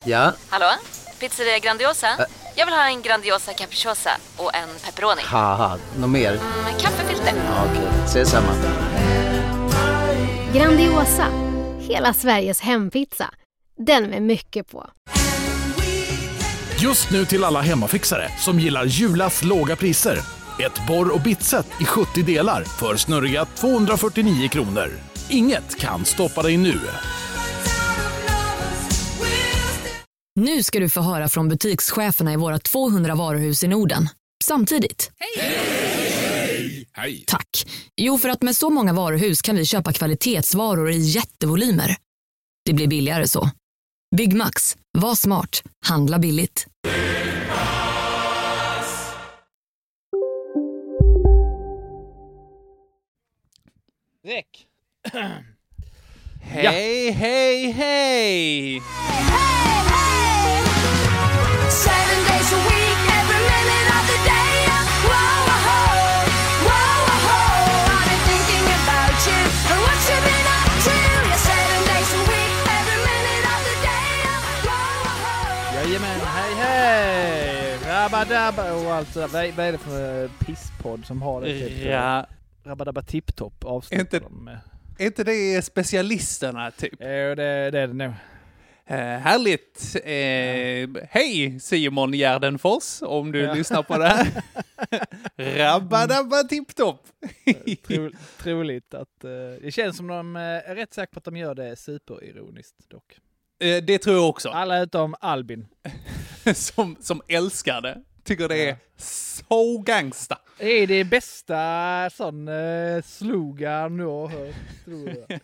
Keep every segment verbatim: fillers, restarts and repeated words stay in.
Ja? Hallå? Pizzeria Grandiosa? Ä- Jag vill ha en Grandiosa capriciosa och en pepperoni. Haha, något mer? Mm, kaffefilter. Ja, okej, okay. Ses samma. Grandiosa, hela Sveriges hempizza. Den med mycket på. Just nu till alla hemmafixare som gillar Julas låga priser. Ett borr- och bitset i sjuttio delar för snurriga tvåhundrafyrtionio kronor. Inget kan stoppa dig nu. Nu ska du få höra från butikscheferna i våra tvåhundra varuhus i Norden. Samtidigt. Hej! Hej! Tack. Jo, för att med så många varuhus kan vi köpa kvalitetsvaror i jättevolymer. Det blir billigare så. Byggmax. Var smart. Handla billigt. Räck. Hej, hej, hej! Jajamän, hej hej! Rabadabba och allt sådär. Vad, vad är det för pisspodd som har det? Typ, Ja. Rabadabba tipptopp avslutar Inte, de med. är inte det specialisterna typ? Jo, det, det är det nog. Uh, härligt. Uh, ja. Hej Simon Gärdenfors, om du ja. lyssnar på det här. Rabadabba tipptopp. Tro, troligt att... Uh, det känns som de uh, är rätt säkra på att de gör det superironiskt dock. Uh, det tror jag också. Alla utom Albin. som, som älskar det. Tycker det är så gangsta. Det är det bästa sån uh, slogan jag har hört, tror jag.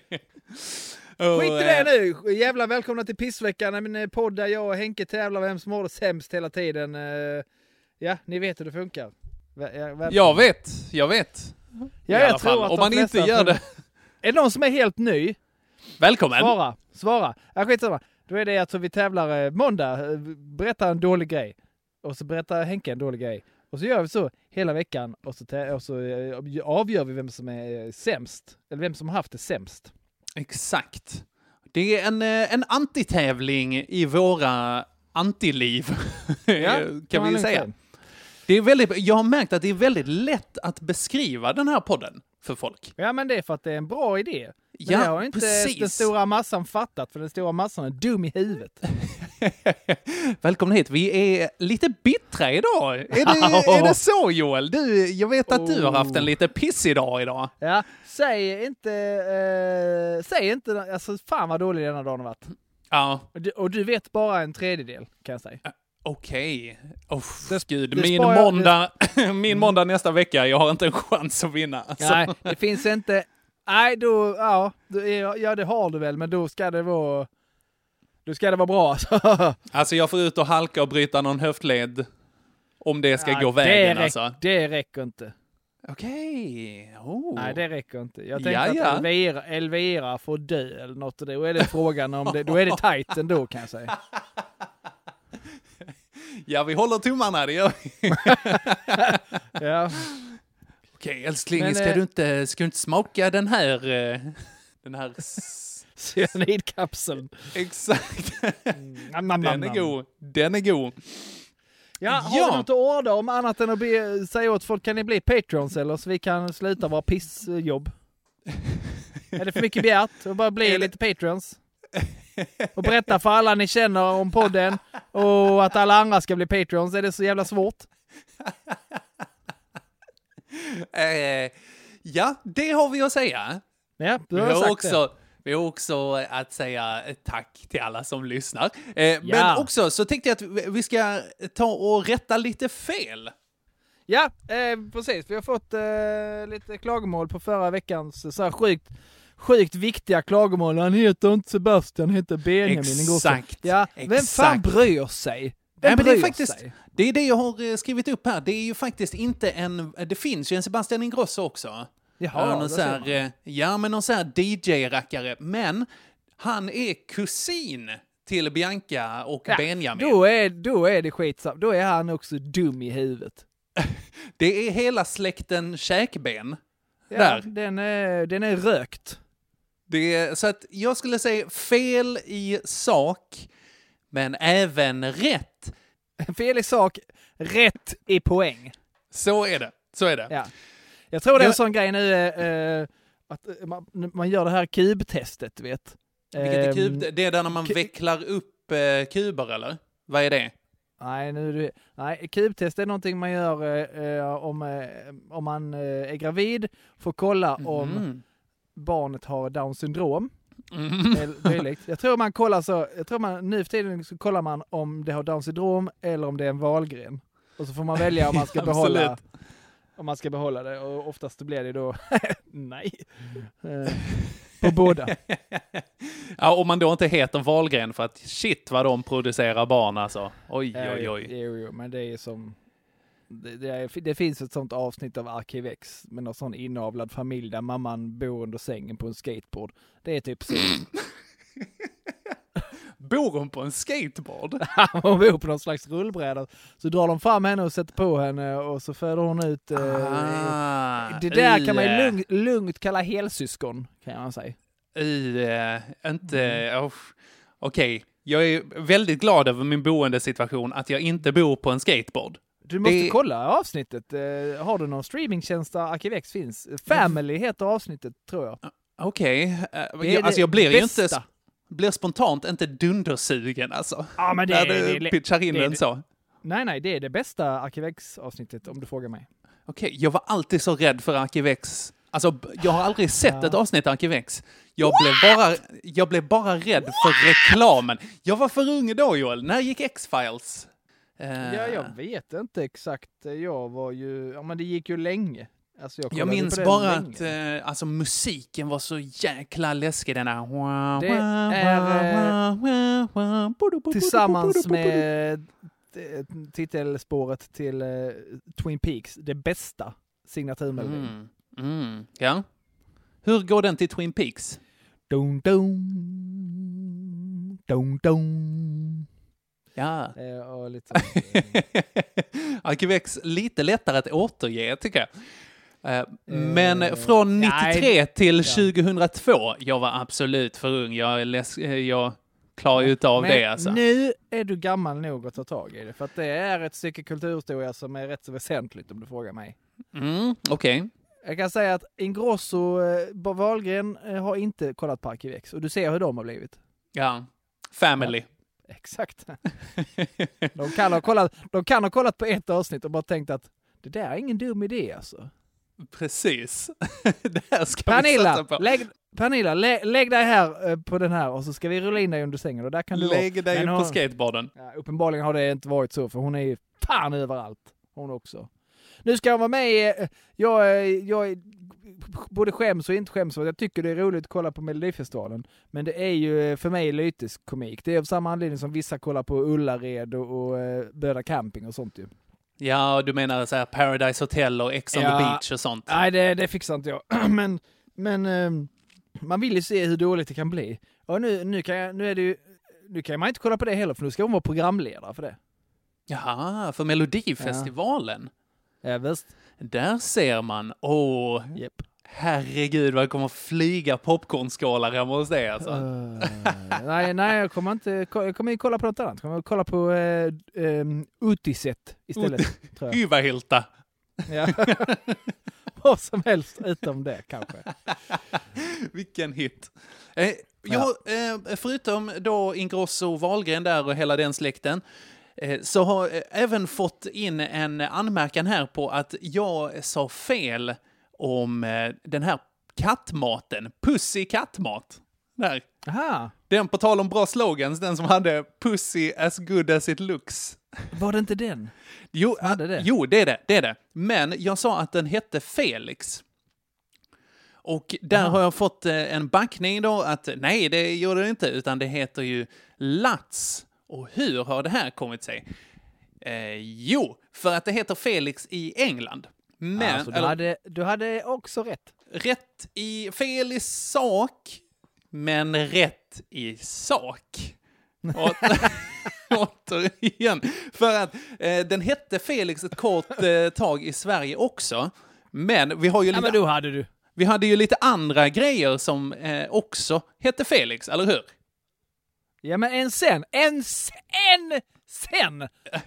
Oh, Skit i det nu! Jävla välkomna till Pissveckan, en podd där jag och Henke tävlar vem som har det sämst hela tiden. Uh, ja, ni vet hur det funkar. Väl- jag vet, jag vet. Ja, jag tror att om man inte gör det. Är det någon som är helt ny? Välkommen! Svara, svara. Ja, skitsamma. Då är det alltså vi tävlar eh, måndag, berättar en dålig grej. Och så berättar Henke en dålig grej. Och så gör vi så hela veckan och så, tä- och så eh, avgör vi vem som är sämst. Eller vem som har haft det sämst. Exakt. Det är en, en antitävling i våra antiliv, ja, kan vi säga. Det är väldigt, jag har märkt att det är väldigt lätt att beskriva den här podden för folk. Ja, men det är för att det är en bra idé. Men ja, det har inte precis. Den stora massan fattat, för den stora massan är dum i huvudet. Välkommen hit. Vi är lite bittra idag. Är det, är det så, Joel? Du, jag vet att oh. du har haft en lite pissig dag idag. Ja, säg inte... Eh, säg inte... Alltså, fan vad dålig denna dagen har varit. Ja. Och du, och du vet bara en tredjedel, kan jag säga. Uh, Okej. Okay. Oh, det, gud. det Min, måndag, det... min måndag nästa vecka, jag har inte en chans att vinna. Alltså. Nej, det finns inte... Nej, då... Ja, då är, ja, det har du väl, men då ska det vara... Då ska det vara bra. Alltså, alltså jag får ut och halka och bryta någon höftled. Om det ska ja, gå vägen, det räck, alltså. Det räcker inte. Okej. Okay. Oh. Nej, det räcker inte. Jag tänkte Jaja. att Elvira, Elvira får dö eller något. Och det. Då är det frågan om det. Då är det tajt ändå, kan jag säga. Ja, vi håller tummarna, det gör vi. Ja. Okej, älskling, Men, ska, eh, du inte, ska du inte smaka den här... Den här... Cyanidkapseln. Exakt. Mm. Den är god. Den är god. Ja, har ja. du något att orda om annat än att be, säga åt folk, kan ni bli Patrons eller så vi kan sluta vara pissjobb? Är det för mycket begärt att bara bli lite Patrons? Och berätta för alla ni känner om podden och att alla andra ska bli Patrons. Är det så jävla svårt? eh, ja, det har vi att säga. Ja, du vi har, har sagt också... det. Vi har också att säga tack till alla som lyssnar. Eh, ja. Men också så tänkte jag att vi ska ta och rätta lite fel. Ja, eh, precis. Vi har fått eh, lite klagomål på förra veckans så här sjukt, sjukt viktiga klagomål. Han heter inte Sebastian, han heter Benjamin. Exakt. Ja, vem exakt. fan bryr sig? Vem Nej, men bryr det är faktiskt, sig? Det är det jag har skrivit upp här. Det är ju faktiskt inte en... Det finns ju en Sebastian Ingrosso också. Jaha, någon så här, ja, men någon så här D J-rackare. Men han är kusin till Bianca och ja, Benjamin. Då är, då är det skitsam. Då är han också dum i huvudet. Det är hela släkten Käkben. Ja, där. Den är, den är rökt. Det är, så att jag skulle säga fel i sak. Men även rätt. Fel i sak, rätt i poäng. Så är det. Så är det. Ja. Jag tror det är en Jag... sån grej nu eh, att man, man gör det här kubtestet, vet. Vilket är kub? Eh, Det är där när man ku- vecklar upp eh, kuber, eller? Vad är det? Nej, nu, är det- nej, kubtest är någonting man gör eh, om, eh, om man eh, är gravid för att kolla om Mm. barnet har Down syndrom. Mm. Eller dylikt. Jag tror man kollar så, jag tror man nu för tiden så kollar man om det har Down syndrom eller om det är en valgren. Och så får man välja om man ska behålla om man ska behålla det, och oftast blir det då nej. Eh, på båda. Ja, om man då inte heter Wahlgren för att shit vad de producerar barn alltså. Oj, oj, oj. Jo, jo, men det är som det, det, är, det finns ett sånt avsnitt av Arkivex med någon sån inavlad familj där mamman bor under sängen på en skateboard. Det är typ så. Bor hon på en skateboard? Hon bor på någon slags rullbräda. Så drar de fram henne och sätter på henne och så föder hon ut... Eh, Ah, det där kan man ju i, lugnt, lugnt kalla helsyskon, kan man säga. I, eh, inte... Oh, Okej, jag är väldigt glad över min boendesituation att jag inte bor på en skateboard. Du måste Det- kolla avsnittet. Eh, har du någon streamingtjänst där Arkivex finns? Family heter avsnittet, tror jag. Okej, Det eh, är jag, alltså det jag blir ju bästa. inte... Blir spontant inte dundersugen alltså. Ja, men det, När det, du det, pitchar in det- den så. Nej, nej, det är det bästa Arkivex-avsnittet om du frågar mig. Okej, jag var alltid så rädd för Arkivex. Alltså, b- jag har aldrig sett Ja. ett avsnitt av Arkivex. Jag blev, bara, jag blev bara rädd för reklamen. Jag var för ung då, Joel. När gick X-Files? Eh, Ja, jag vet inte exakt. Jag var ju... Ja, men det gick ju länge. Alltså, jag jag kollade minns på det bara länge. att eh, alltså, musiken var så jäkla läskig. Den här... Det är, Tillsammans med eh, titelspåret till eh, Twin Peaks, det bästa signaturmelodin. Mm. Mm. Ja. Hur går den till Twin Peaks? Dun, dun, dun, dun. Ja. Eh, och lite så. Arkivex lite lättare att återge, tycker jag. Eh, Men Eh, från nittiotre nej. till Ja. tjugohundratvå, jag var absolut för ung. Jag, är läs- eh, jag klarar ju inte av Men det alltså. nu är du gammal nog att ta tag i det. För att det är ett stycke kulturhistoria som är rätt så väsentligt om du frågar mig. Mm, okej. Jag kan säga att Ingrosso, eh, Wahlgren eh, har inte kollat på Arkivex. Och du ser hur de har blivit. Ja. Family. Exakt. De kan, ha kollat, de kan ha kollat på ett avsnitt och bara tänkt att det där är ingen dum idé alltså. Precis. Det här ska vi Pernilla, satsa på. lägg, Pernilla lä, lägg dig här eh, på den här och så ska vi rulla in dig under sängen. Och där kan du Lägg vara. dig Men på hon- skateboarden. Ja, uppenbarligen har det inte varit så, för hon är ju fan överallt. Hon också. Nu ska hon vara med i... eh, Jag, eh, jag både skäms och inte skäms för att jag tycker det är roligt att kolla på Melodifestivalen. Men det är ju eh, för mig lyteskomik. Det är av samma anledning som vissa kollar på Ullared och, och uh, Böda camping och sånt ju. Ja, du menar så här Paradise Hotel och Ex on Ja. the Beach och sånt. Nej, det, det fixar inte jag. men men eh, man vill ju se hur dåligt det kan bli. Och nu, nu, kan jag, nu är det ju... Nu kan man inte kolla på det heller, för nu ska hon vara programledare för det. Jaha, för Melodifestivalen. Ja, visst. Där ser man, åh, Yep. herregud vad det kommer flyga popcornskålar hemma hos dig alltså. Uh, nej, nej, jag kommer inte... Jag kommer kolla på något annat. Jag kommer kolla på uh, um, Utiset istället, tror jag. Hyvahilta. Ja. Vad som helst utom det, kanske. Vilken hit. Eh, jag, eh, förutom då Ingrosso, Wahlgren där och hela den släkten, eh, så har jag även fått in en anmärkan här på att jag sa fel om eh, den här kattmaten. Pussy kattmat. Där. Aha. Den, på tal om bra slogans, den som hade Pussy as good as it looks. Var det inte den? Jo, Hade det? jo det är det, det är det. Men jag sa att den hette Felix. Och där Aha. har jag fått eh, en backning då att nej, det gör det inte, utan det heter ju Lats. Och hur har det här kommit sig? Eh, jo, för att det heter Felix i England. Men, Alltså, du, eller, hade, du hade också rätt. rätt i fel i sak, men rätt i sak. Återigen. För att eh, den hette Felix ett kort eh, tag i Sverige också. Men vi har ju Ja, lite, men då hade du. vi hade ju lite andra grejer som eh, också hette Felix, eller hur? Ja, men en sen. En sen! Sen!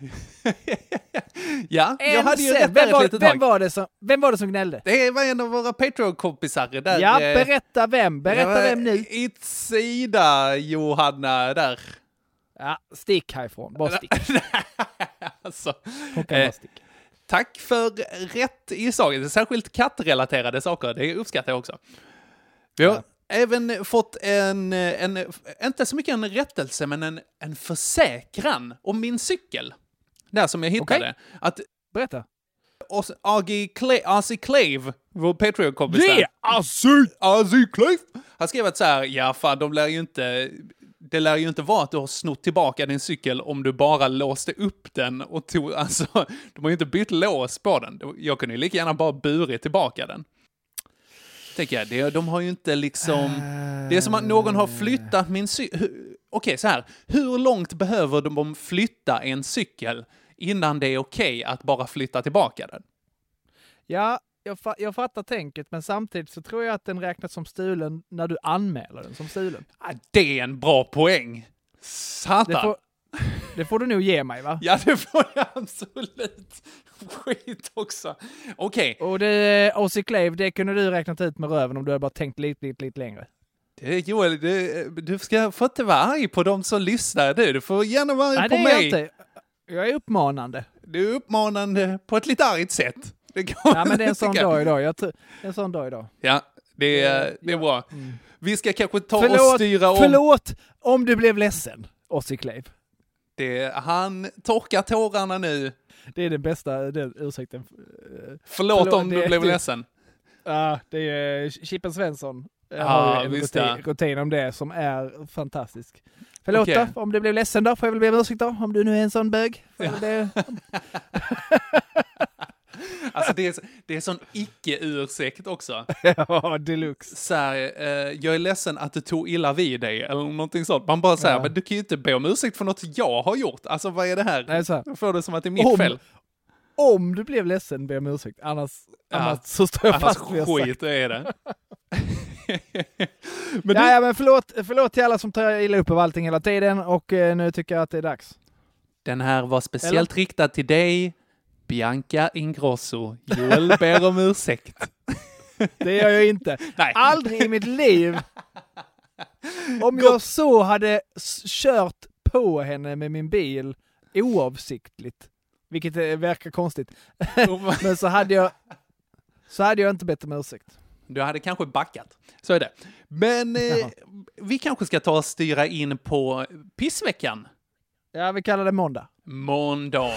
ja, en jag hade ju sen. rätt Vem, där var, ett litet vem, tag. var det som, vem var det som gnällde? Det var en av våra Patreon-kompisar. Där, Ja, eh, berätta vem. Berätta vem nu. Itsida, Johanna, där. Ja, stick härifrån. Bara stick. alltså, Hon kan eh, bara stick. tack för rätt i saken. Särskilt kattrelaterade saker. Det uppskattar jag också. Vi har Ja. även fått en, en, inte så mycket en rättelse, men en, en försäkran om min cykel. Där som jag hittade. Okej. Att Berätta. A G Clave, vår Patreon-kompis där. Yeah, Azzy! Azzy Clave! Han skrev att så här, ja fan, de lär ju inte... Det lär ju inte vara att du har snott tillbaka din cykel om du bara låste upp den och tog... Alltså, de har ju inte bytt lås på den. Jag kunde ju lika gärna bara burit tillbaka den. Tänker jag, det, de har ju inte liksom... Det är som att någon har flyttat min cykel... Okej, okay, så här. Hur långt behöver de flytta en cykel innan det är okej okay att bara flytta tillbaka den? Ja, jag, fa- jag fattar tänket, men samtidigt så tror jag att den räknas som stulen när du anmäler den som stulen. Ja, det är en bra poäng. Satan. Det får, det får du nog ge mig, va? Ja, det får jag absolut. Skit också. Okej. Okay. Och det, Ozzy Clave, det kunde du räknat ut med röven om du hade bara tänkt lite, lite, lite längre. Det, Joel, det, du ska få inte vara arg på dem som lyssnar. Du, du får gärna vara arg Nej, på det är mig. jag inte. Jag är uppmanande. Du är uppmanande på ett lite argt sätt. Det kan Ja, men det är en sån dag idag. Jag tror, det är en sån dag idag. Ja, det är, det är bra. Mm. Vi ska kanske ta Förlåt, och styra om... Förlåt om du blev ledsen, Ozzy Clave. Det, han torkar tårarna nu. Det är den bästa den ursäkten. Förlåt, Förlåt om det du är blev typ- ledsen. Ja, det är Chippen Svensson. Jag Ja, har ju en visst rutin, det. rutin om det som är fantastisk. Förlåt Okej. då, om du blev ledsen då. Får jag väl be om ursäkt då, om du nu är en sån bög. Får Ja. det... Alltså det är, det är sån icke-ursäkt också. Ja, deluxe. Så här, eh, jag är ledsen att du tog illa vid dig eller någonting sånt. Man bara säger, Ja. men du kan ju inte be om ursäkt för något jag har gjort. Alltså vad är det här? Nej, så här. Då får du som att det är mitt Om- fel. Om du blev ledsen, be om ursäkt. Annars, Ja. annars så står jag Annars fast vid jag sagt. skit är det. men Ja, du, ja, men förlåt, förlåt till alla som tar illa upp av allting hela tiden. Och eh, nu tycker jag att det är dags. den här var speciellt riktad till dig, Bianca Ingrosso. Joel ber om ursäkt. Det gör jag inte. Nej. Aldrig i mitt liv. Om jag så hade s- kört på henne med min bil oavsiktligt, vilket eh, verkar konstigt, men så hade jag så hade jag inte bett om ursäkt. Du hade kanske backat. Så är det. Men eh, Jaha. vi kanske ska ta och styra in på pissveckan. Ja, vi kallar det måndag. Måndag.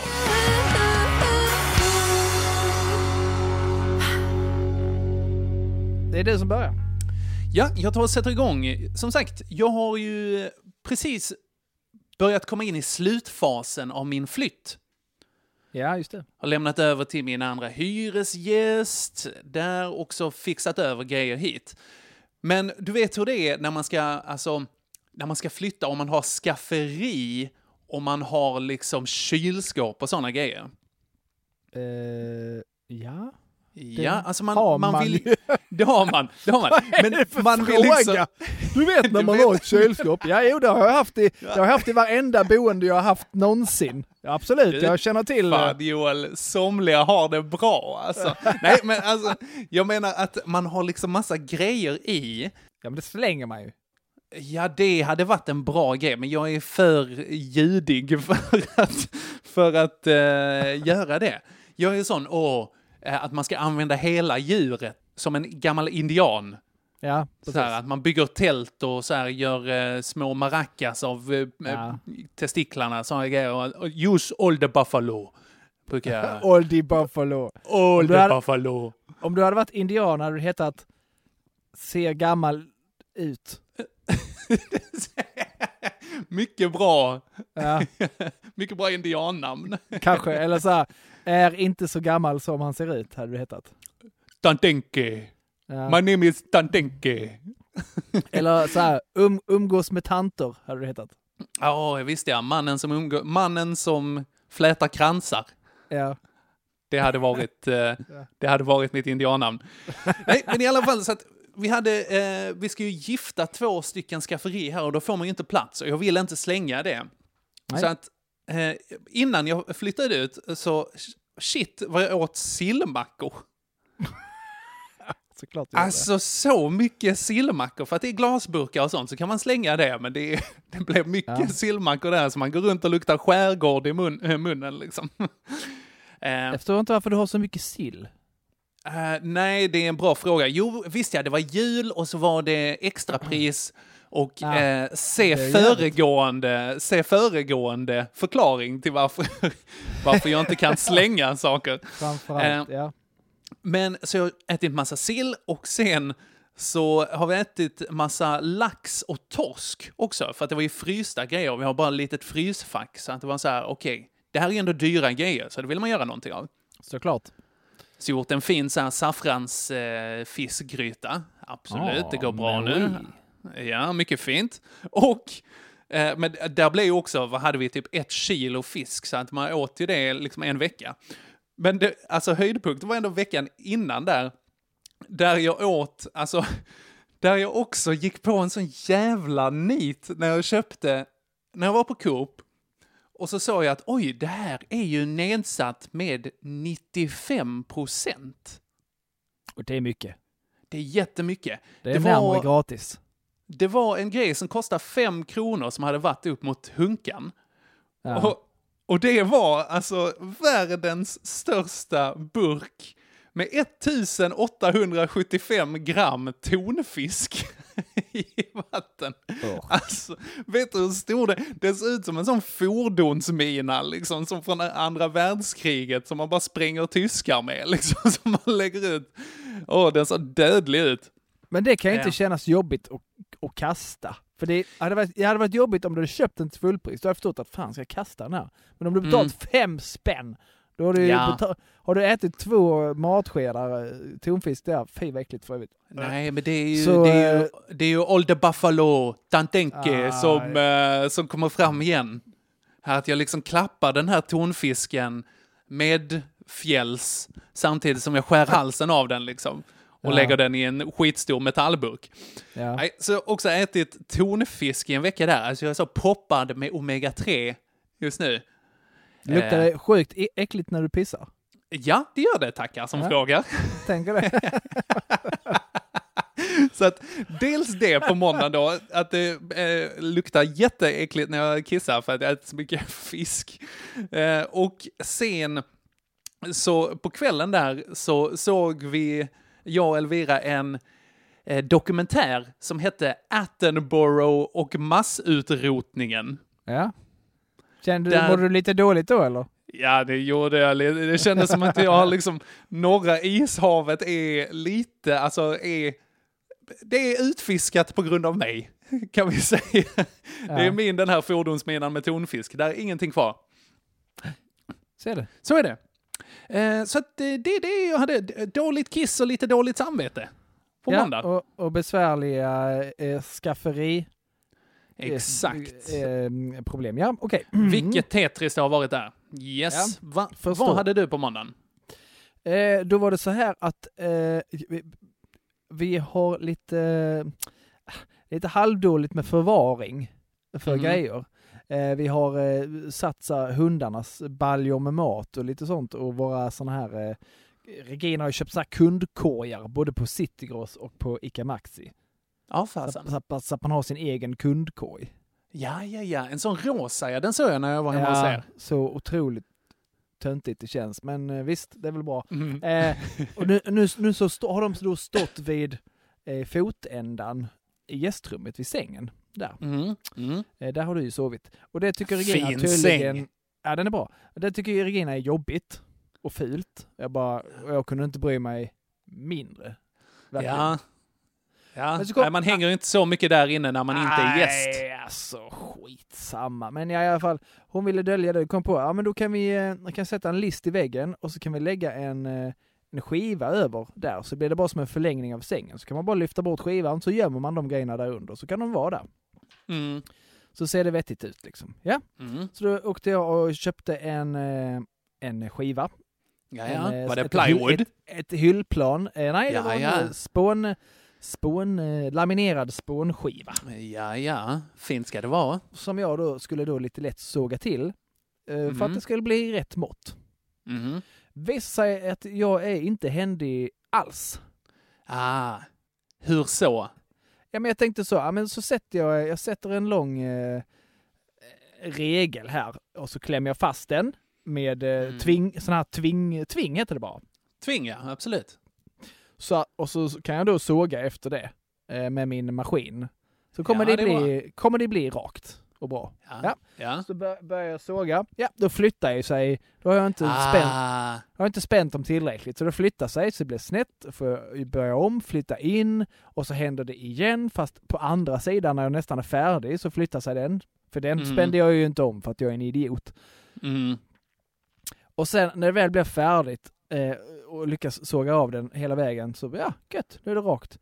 Det är du som börjar. Ja, jag tar och sätter igång. Som sagt, jag har ju precis börjat komma in i slutfasen av min flytt. Ja, just det. Har lämnat över till min andra hyresgäst. Där också fixat över grejer hit. Men du vet hur det är när man ska, alltså, när man ska flytta, om man har skafferi, om man har liksom kylskåp och sådana grejer. Uh, ja. Ja, alltså man, har man, man vill... ju. Det har man, det har man. Men man vill liksom... Du vet när Du man vet. har ett kylskåp. Ja, jo, det har jag haft i, det har jag haft i varenda boende jag har haft någonsin. Ja, absolut, jag känner till det. Fan Joel, somliga har det bra alltså. Nej men alltså, jag menar att man har liksom massa grejer i. Ja, men det slänger man ju. Ja, det hade varit en bra grej, men jag är för ljudig för att, för att uh, göra det. Jag är sån, åh, att man ska använda hela djuret som en gammal indian. Ja, Så här, att man bygger tält och så här gör uh, små maracas av uh, Ja. testiklarna, sådana grejer. Och use all the buffalo. Brukar jag... Oldie Buffalo. all du the hade- buffalo. Om du hade varit indian hade du hetat ser gammal ut. Mycket bra. Ja, Mycket bra indiannamn. kanske. Eller så här, är inte så gammal som han ser ut hade du hetat. Tantenke. Ja. My name is Tantenke. Eller så här, um, umgås med tanter hade du hetat. Ja, visst ja. Mannen som umgå... Mannen som flätar kransar. Ja. Det hade varit, eh, det hade varit mitt indiannamn. Nej, men i alla fall så att vi hade, eh, vi ska ju gifta två stycken skafferi här och då får man ju inte plats och jag vill inte slänga det. Nej. Så att eh, innan jag flyttade ut så shit vad jag åt sillmackor. Såklart alltså det. Så mycket sillmackor för att det är glasburkar och sånt så kan man slänga det men det, det blev mycket ja. sillmackor där så man går runt och luktar skärgård i mun, äh, munnen liksom. Jag förstår inte varför du har så mycket sill. Uh, nej, det är en bra fråga. Jo, visst ja, det var jul och så var det extrapris och ja, eh, se, föregående, se föregående förklaring till varför, varför jag inte kan slänga saker. Framförallt, uh, ja. Men så jag har ätit massa sill och sen så har vi ätit massa lax och torsk också för att det var ju frysta grejer. Vi har bara ett litet frysfack så att det var så här, okej, okay, det här är ändå dyra grejer så det vill man göra någonting av. Såklart. Så gjort en fin så här saffrans eh, fiskgryta. Absolut, oh, det går bra nu. Ja, mycket fint. Och eh, men där blev ju också, vad hade vi, typ ett kilo fisk så att man åt ju det liksom en vecka. Men det, alltså höjdpunkten var ändå veckan innan där. Där jag åt, alltså där jag också gick på en sån jävla nit när jag köpte, när jag var på Coop. Och så såg jag att oj, det här är ju nedsatt med nittiofem procent. Och det är mycket. Det är jättemycket. Det är det närmare var, gratis. Det var en grej som kostade fem kronor som hade varit upp mot hunkan. Ja. Och, och det var alltså världens största burk med ettusen åttahundrasjuttiofem gram tonfisk i vatten. Oh. Alltså, vet du hur stor det? Det ser ut som en sån fordonsmina liksom, som från andra världskriget som man bara spränger tyskar med liksom, som man lägger ut. Åh, oh, den ser dödlig ut. Men det kan ju inte ja. kännas jobbigt att, att kasta. För det hade, varit, det hade varit jobbigt om du hade köpt den till fullpris. Då hade jag förstått att fan ska jag kasta den här. Men om du betalat mm. fem spänn då har du, ja. betal- har du ätit två matskedar tonfisk där. Fy vad äckligt för övrigt. Nej, men det är ju, så, det är ju, det är ju Old Buffalo, Tantenke, ah, som, eh, som kommer fram igen. Här att jag liksom klappar den här tonfisken med fjälls samtidigt som jag skär halsen av den liksom. Och ja. lägger den i en skitstor metallburk. Ja. Nej, så jag har också ätit tonfisk i en vecka där. Alltså jag är så poppad med omega tre just nu. Luktar det sjukt äckligt när du pissar? Ja, det gör det, tackar som ja. frågar. Tänker det. Så att dels det på måndag då, att det eh, luktar jätteäckligt när jag kissar för att jag äter så mycket fisk. Eh, och sen så på kvällen där så såg vi, jag och Elvira, en eh, dokumentär som hette Attenborough och massutrotningen. Ja. Kände där... du, du lite dåligt då eller? Ja, det gjorde jag. Det kändes som att jag har liksom, norra ishavet är lite, alltså är, det är utfiskat på grund av mig, kan vi säga. Ja. Det är min, den här fordonsminan med tonfisk. Där är ingenting kvar. Så är det. Så är det. Eh, så att det är det jag hade. Dåligt kiss och lite dåligt samvete på ja, måndag. Och, och besvärliga eh, skafferi. Exakt. Eh, eh, problem, ja. Okej. Okay. Mm. Vilket Tetris det har varit där. Yes. Ja, Va, vad hade du på måndagen? Eh, då var det så här att eh, vi, vi har lite eh, lite halvdåligt med förvaring för mm. grejer. Eh, vi har eh, satsat hundarnas baljor med mat och lite sånt och våra såna här eh, Regina har ju köpt så här kundkorgar både på Citygross och på Ica Maxi. Ja, så, så, så att man har sin egen kundkorg. Ja, ja, ja. En sån rosa, ja. Den såg jag när jag var hemma ja, hos er. Så otroligt töntigt det känns. Men eh, visst, det är väl bra. Mm. Eh, och nu, nu, nu så stå, har de då stått vid eh, fotändan i gästrummet vid sängen. Där. Mm. Mm. Eh, där har du ju sovit. Och det tycker Regina fin tydligen... Säng. Ja, den är bra. Det tycker Regina är jobbigt och fult. Jag bara, jag kunde inte bry mig mindre. Verkligen. Ja. Ja, kom, nej, man hänger ju inte så mycket där inne när man inte är gäst. Nej, alltså skitsamma. Men ja, i alla fall, hon ville dölja det. Kom på, ja men då kan vi kan sätta en list i väggen och så kan vi lägga en, en skiva över där. Så blir det bara som en förlängning av sängen. Så kan man bara lyfta bort skivan så gömmer man de grejerna där under. Så kan de vara där. Mm. Så ser det vettigt ut liksom. Ja, mm. Så då åkte jag och köpte en, en skiva. Ja, ja. En, var det ett, plywood? Ett, ett hyllplan. Eh, nej, ja, det var ja. en spån... spån, eh, laminerad spånskiva. Ja, ja. Fint ska det vara. Som jag då skulle då lite lätt såga till. Eh, Mm. För att det skulle bli rätt mått. Mhm. Visst sig att jag är inte händig alls. Ah, hur så? Ja, men jag tänkte så, ja, men så sätter jag, jag sätter en lång eh, regel här och så klämmer jag fast den med eh, Mm. tving, sån här tving, tving heter det bara. Tvinga, absolut. Så, och så kan jag då såga efter det eh, med min maskin. Så kommer, Ja, det det är bli, kommer det bli rakt och bra. Ja. Ja. ja. Så bör, börjar jag såga, ja då flyttar jag sig, då har jag inte spänt. Ah, Jag har inte spänt dem tillräckligt, så det flyttar sig, så det blir snett, får jag börja om, flytta in, och så händer det igen, fast på andra sidan när jag nästan är färdig så flyttar sig den. För den Mm. spände jag ju inte om för att jag är en idiot. mm. Och sen när det väl blir färdigt eh, och lyckas såga av den hela vägen, så ja, gött, nu är det rakt.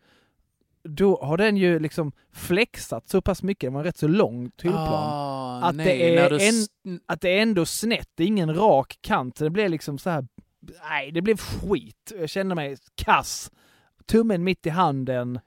Då har den ju liksom flexat så pass mycket, det var en rätt så lång tyllplan. Ah, Att nej, det är när du en- s- Att det är ändå snett, det är ingen rak kant. Det blev liksom så här, nej, det blev skit. Jag kände mig kass. Tummen mitt i handen.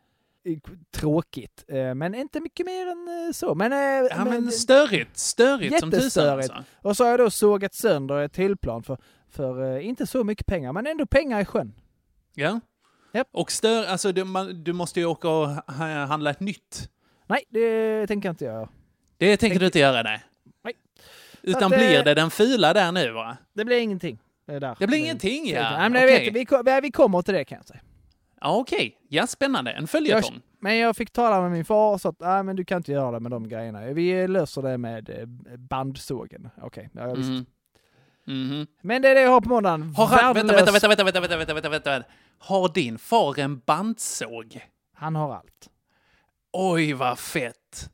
Tråkigt. Eh, Men inte mycket mer än eh, så. Men, eh, Ja, men störigt. Störigt som tusan Jättestörigt. alltså. och så har jag då sågat sönder ett tillplan för, för eh, inte så mycket pengar, men ändå pengar i sjön. Ja. Japp. Och stör, alltså du, man, du måste ju åka och ha- handla ett nytt. Nej, det tänker jag inte göra. Det tänker Tänk- du inte göra, nej. Nej. Utan att, eh, blir det den fila där nu, va? Det blir ingenting. Det, där. Det blir ingenting, ja. Nej, men jag Okej. vet, vi, ko- vi kommer till det kan jag säga. Ja, okej. Ja, spännande. En följetong. Men jag fick tala med min far och sa att nej, men du kan inte göra det med de grejerna. Vi löser det med eh, bandsågen. Okej, ja, visst. Mhm. Mhm. Men det är det jag har på måndagen. Har han, vänta, Värdelös- vänta, vänta, vänta, vänta, vänta, vänta, vänta, vänta. Har din far en bandsåg? Han har allt. Oj, vad fett.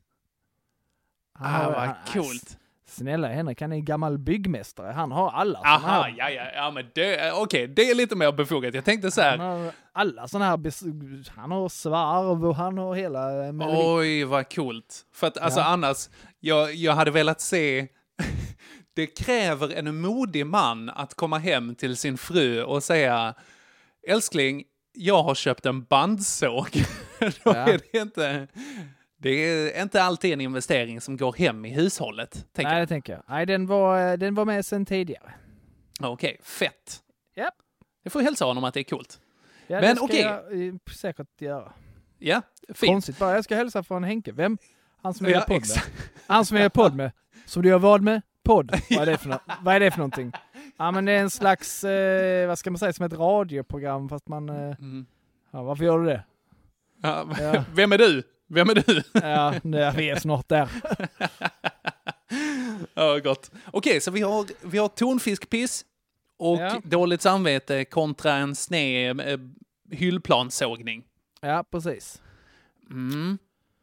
Han Ah, har, vad han- coolt. Snälla Henrik, han är en gammal byggmästare. Han har alla såna Aha, här. ja, ja, ja, men det, okej, det är lite mer befogat. Jag tänkte så Han här, har alla såna här, bes- han har svarv och han har hela melodi. oj, vad coolt. För att, alltså Ja. annars, jag, jag hade velat se, det kräver en modig man att komma hem till sin fru och säga, älskling, jag har köpt en bandsåg. Då Ja. är det inte, det är inte alltid en investering som går hem i hushållet, tänker Nej, jag. det tänker jag. Nej, den var, den var med sen tidigare. Okej, fett. Japp. Jag får hälsa honom att det är coolt. Ja, Men det ska okej. jag eh, säkert göra. Ja, fint. Konstigt bara, jag ska hälsa från Henke. Vem? Han som jag Ja, gör podd med. exakt. Han som jag gör podd med. Som du gör vad med? Podd. Vad är det för, no- vad är det för någonting? Ja, men det är en slags, eh, vad ska man säga, som ett radioprogram fast man... Eh, Mm. ja, varför gör du det? Ja, Ja. Vem är du? Vem är du? Ja, nu, vi är snart där. Ja, gott. Okej, så vi har, vi har tonfiskpiss och Ja. dåligt samvete kontra en sned eh, hyllplanssågning. Ja, precis. Mm.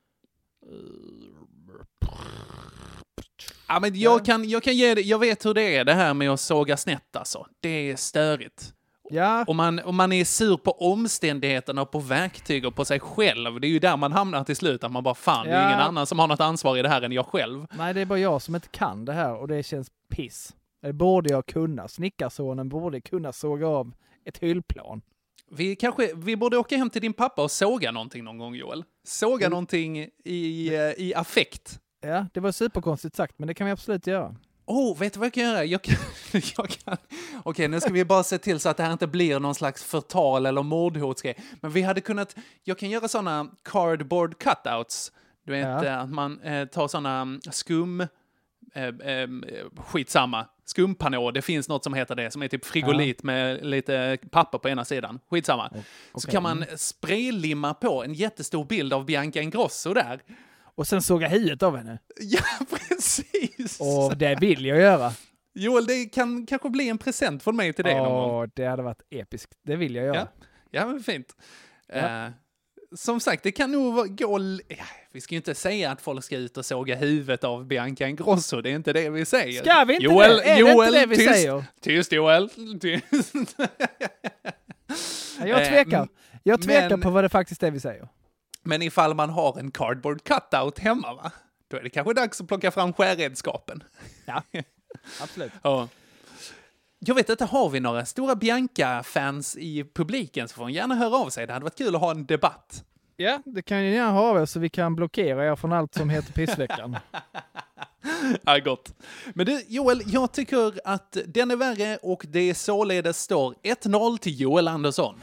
Ja, men jag kan, jag kan ge det, jag vet hur det är det här med att såga snett alltså. Det är störigt. Ja, Om man, om man är sur på omständigheterna och på verktyg och på sig själv, det är ju där man hamnar till slut, att man bara fan, det är Ja. ingen annan som har något ansvar i det här än jag själv. nej det är bara jag som inte kan det här och det känns piss. Det borde jag kunna. Snickarsonen borde kunna såga av ett hyllplan. Vi kanske, vi borde åka hem till din pappa och såga någonting någon gång, Joel. Såga Mm. någonting i, eh, i affekt. Ja, det var superkonstigt sagt, men det kan vi absolut göra. Oh, vet du vad jag kan göra? Jag kan... jag kan Okej, nu ska vi bara se till så att det här inte blir någon slags förtal eller mordhotsgrej. Men vi hade kunnat... Jag kan göra såna cardboard cutouts. Du vet, Ja. eh, att man eh, tar såna skum... Eh, eh, skitsamma. Skumpanå, det finns något som heter det, som är typ frigolit med lite papper på ena sidan. Skitsamma. Så okej. kan man spraylimma på en jättestor bild av Bianca Ingrosso där. Och sen såga huvudet av henne. Ja, precis! Och det vill jag göra. Joel, det kan kanske bli en present från mig till dig någon gång. Åh, det hade varit episkt. Det vill jag göra. Ja, ja men fint. Ja. Eh, som sagt, det kan nog vara- gå... l- Ja, vi ska ju inte säga att folk ska ut och såga huvudet av Bianca Ingrosso, det är inte det vi säger. Ska vi inte Joel, det? Är Joel, det inte det vi tyst, säger? Tyst, Joel. Tyst. Ja, jag Eh, tvekar. Jag tvekar men- på vad det faktiskt är vi säger. Men ifall man har en cardboard cutout hemma, va? Då är det kanske dags att plocka fram skärredskapen. Ja, absolut. Ja. Jag vet inte, har vi några stora Bianca-fans i publiken så får hon gärna höra av sig. Det hade varit kul att ha en debatt. Ja, det kan ju gärna ha vi så vi kan blockera er från allt som heter pissveckan. Ja, gott. Men du, Joel, jag tycker att den är värre och det således står ett noll till Joel Andersson.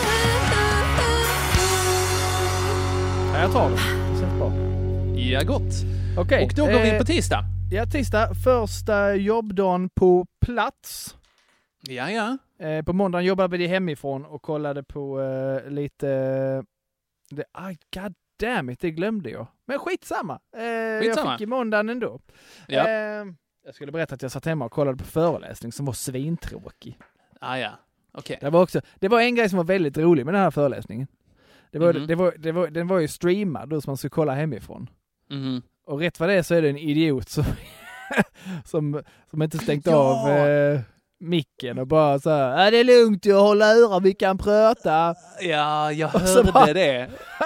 Ja, jag tar det. Det känns bra. Ja, gott. Okej. Och då går eh, vi på tisdag. Ja, tisdag. Första jobbdagen på plats. Ja, ja. Eh, på måndagen jobbade vi hemifrån och kollade på eh, lite... Det, ah, God damn it, det glömde jag. Men skitsamma. Eh, skitsamma. Jag fick i måndagen ändå. Ja. Eh, jag skulle berätta att jag satt hemma och kollade på föreläsning som var svintråkig. Ah, ja. Okej. Det var också, det var en grej som var väldigt rolig med den här föreläsningen. Det var, Mhm. det var, det var, den var ju streamad då, som man skulle kolla hemifrån. Mhm. Och rätt vad det är så är det en idiot som, som, som inte stängt Ja. av eh, micken och bara så här, ja, det är lugnt, jag håller öron, vi kan prata. Ja, jag Och så hörde bara- det.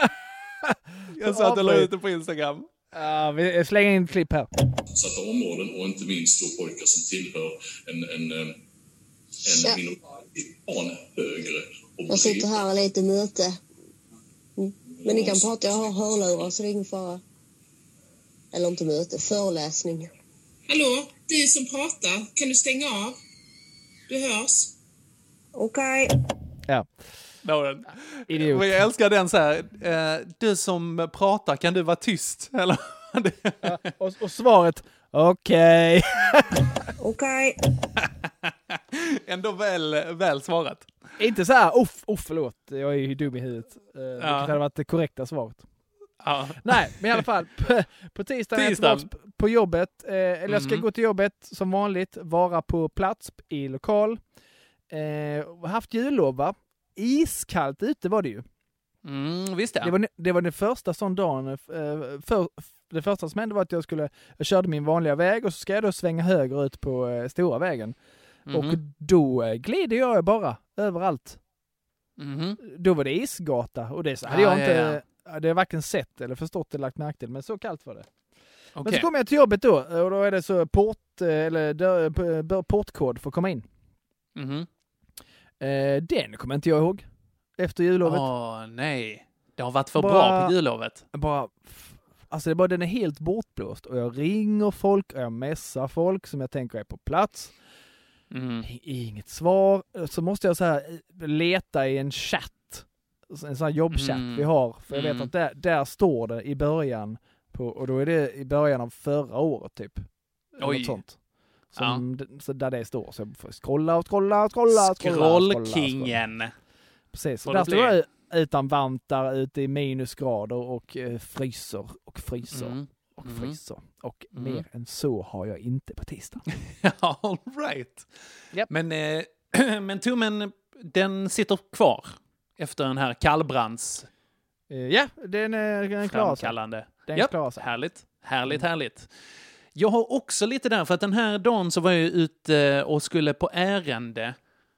Jag satt och la ut det på Instagram. Ja, vi slänger in ett klipp här. utsatta områden och inte minst då pojkar som tillhör en, en, en Ja. minoritet har en högre och Jag sitter här och lite möte. Mm. Men ni kan prata, jag har hörlurar så det är ingen fara. Eller inte möte, föreläsning. Hallå, du som pratar, kan du stänga av? Du hörs. Okej. Ja, Där var den. idiot. Men jag älskar den så här. Eh, du som pratar, kan du vara tyst? Eller? Ja, och, och svaret, okej. Okej. Ändå väl, väl svarat. Inte så här, uff, uff, förlåt, jag är ju dum i huvudet. Uh, ja. Vilket hade varit det korrekta svaret. Ja. Nej, men i alla fall, på, på tisdagen är jag Tisdagen. tillbaka på jobbet. Eh, eller jag ska Mhm. gå till jobbet som vanligt, vara på plats i lokal. Eh, haft jullov, va? Iskallt ute var det ju. Mm, visst ja. Det var, det var den första sån dagen. Eh, för, det första som hände var att jag skulle, jag körde min vanliga väg och så ska jag då svänga höger ut på eh, stora vägen. Mhm. Och då eh, glider jag bara överallt. Mhm. Då var det isgata och det så hade Ah, jag inte, ja, ja. det har varken sett eller förstått eller lagt märke till, men så kallt var det. Men Okej. så kommer jag till jobbet då och då är det så port, eller dörr, p- portkod för att komma in. Mhm. Eh, den kommer inte jag ihåg efter jullovet. Åh, nej. Det har varit för Bara- bra på jullovet. Bara, alltså det är bara, den är helt bortblåst och jag ringer folk och jag messar folk som jag tänker är på plats. Mm. Inget svar. Så måste jag så här leta i en chatt. En sån här jobbchatt Mm. vi har. För jag vet Mm. att där, där står det i början. På, och då är det i början av förra året typ. Eller Oj. något sånt. Som, d- så där det står. Så jag får scrolla och scrolla och scrolla. och scrolla, och scrolla, och scrolla. Skrollkingen. Precis. Så Får där det står bli. jag utan vantar ute i minusgrader och eh, fryser och fryser Mm. och Mm. fryser. Och Mm. mer än så har jag inte på tisdag. All right. Japp. Men, eh, men tummen, den sitter kvar efter den här kallbrands Eh, ja, den är den klarar sig. framkallande. Den Japp, klarar sig. härligt, härligt, härligt. Jag har också lite där, för att den här dagen så var jag ute och skulle på ärende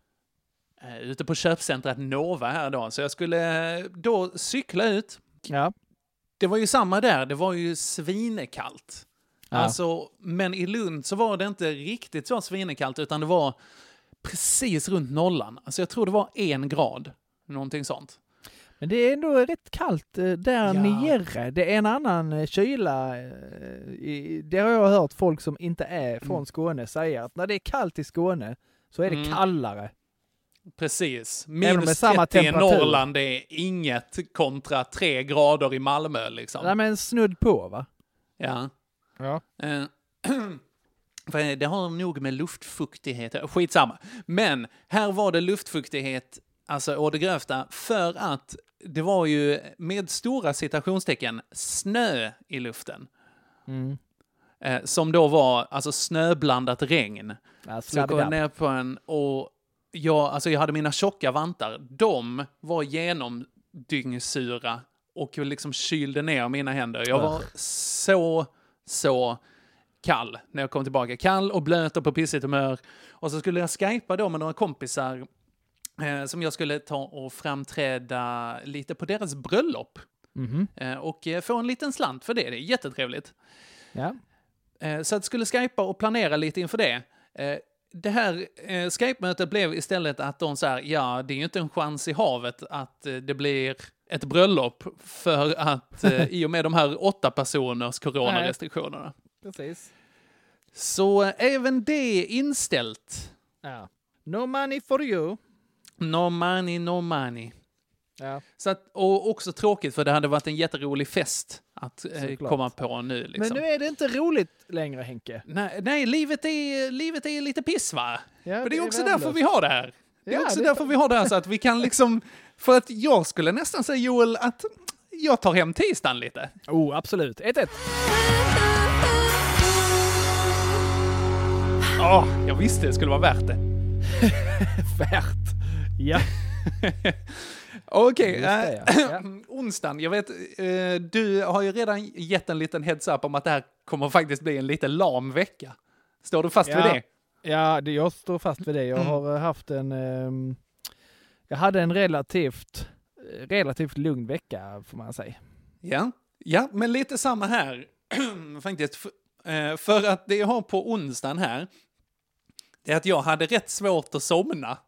eh, ute på köpcentret Nova här då. Så jag skulle då cykla ut. Ja. Det var ju samma där, det var ju svinekallt. Ja. Alltså, men i Lund så var det inte riktigt så svinekallt, utan det var precis runt nollan. Alltså jag tror det var en grad, någonting sånt. Men det är ändå rätt kallt eh, där Ja. nere. Det är en annan eh, kyla. eh, i- Det har jag hört folk som inte är från Skåne säga. Att när det är kallt i Skåne så är det Mm. kallare. Precis. Även om det är Minus samma trettio i temperatur. Norrland, det är inget kontra tre grader i Malmö liksom. Nej, men snudd på, va? Ja. Ja. Eh, för det har nog med luftfuktighet, skitsamma. Men här var det luftfuktighet, alltså å det grövsta, för att det var ju med stora citationstecken snö i luften. Mm. Eh, som då var alltså snöblandat regn. Ja, Så jag kom slabbidab. ner på en och jag, alltså jag hade mina tjocka vantar. De var genomdyngsura och liksom kylde ner mina händer. Jag var så, så kall när jag kom tillbaka. Kall och blöt och på pissigt humör. Och så skulle jag skypa då med några kompisar eh, som jag skulle ta och framträda lite på deras bröllop. Mhm. Eh, och eh, få en liten slant för det. Det är jättetrevligt. Ja. Eh, så jag skulle skypa och planera lite inför det. Eh, det här eh, Skype-mötet blev istället att de sa, ja, det är ju inte en chans i havet att eh, det blir ett bröllop för att eh, i och med de här åtta personers coronarestriktionerna. Precis. Så även det inställt. Ja. No money for you. No money, no money. Ja. Så att, och också tråkigt, för det hade varit en jätterolig fest att eh, komma på nu. Liksom. Men nu är det inte roligt längre, Henke. Nej, nej livet, är, livet är lite piss, va? Ja, men det är, det är också värdelöst. därför vi har det här. Det är Ja, också det- därför vi har det här, så att vi kan liksom... För att jag skulle nästan säga, Joel, att jag tar hem tisdagen lite. Oh, absolut. ett ett. Ja, oh, jag visste det skulle vara värt det. Värt. Ja. Okej, Just det, äh, ja. Ja. onsdagen. Jag vet, eh, du har ju redan gett en liten heads up om att det här kommer faktiskt bli en lite lam vecka. Står du fast Ja. vid det? Ja, det, jag står fast vid det. Jag har eh, haft en... ehm, jag hade en relativt, relativt lugn vecka, får man säga. Ja, ja, men lite samma här. Faktiskt, för, eh, för att det jag har på onsdagen här, det är att jag hade rätt svårt att somna.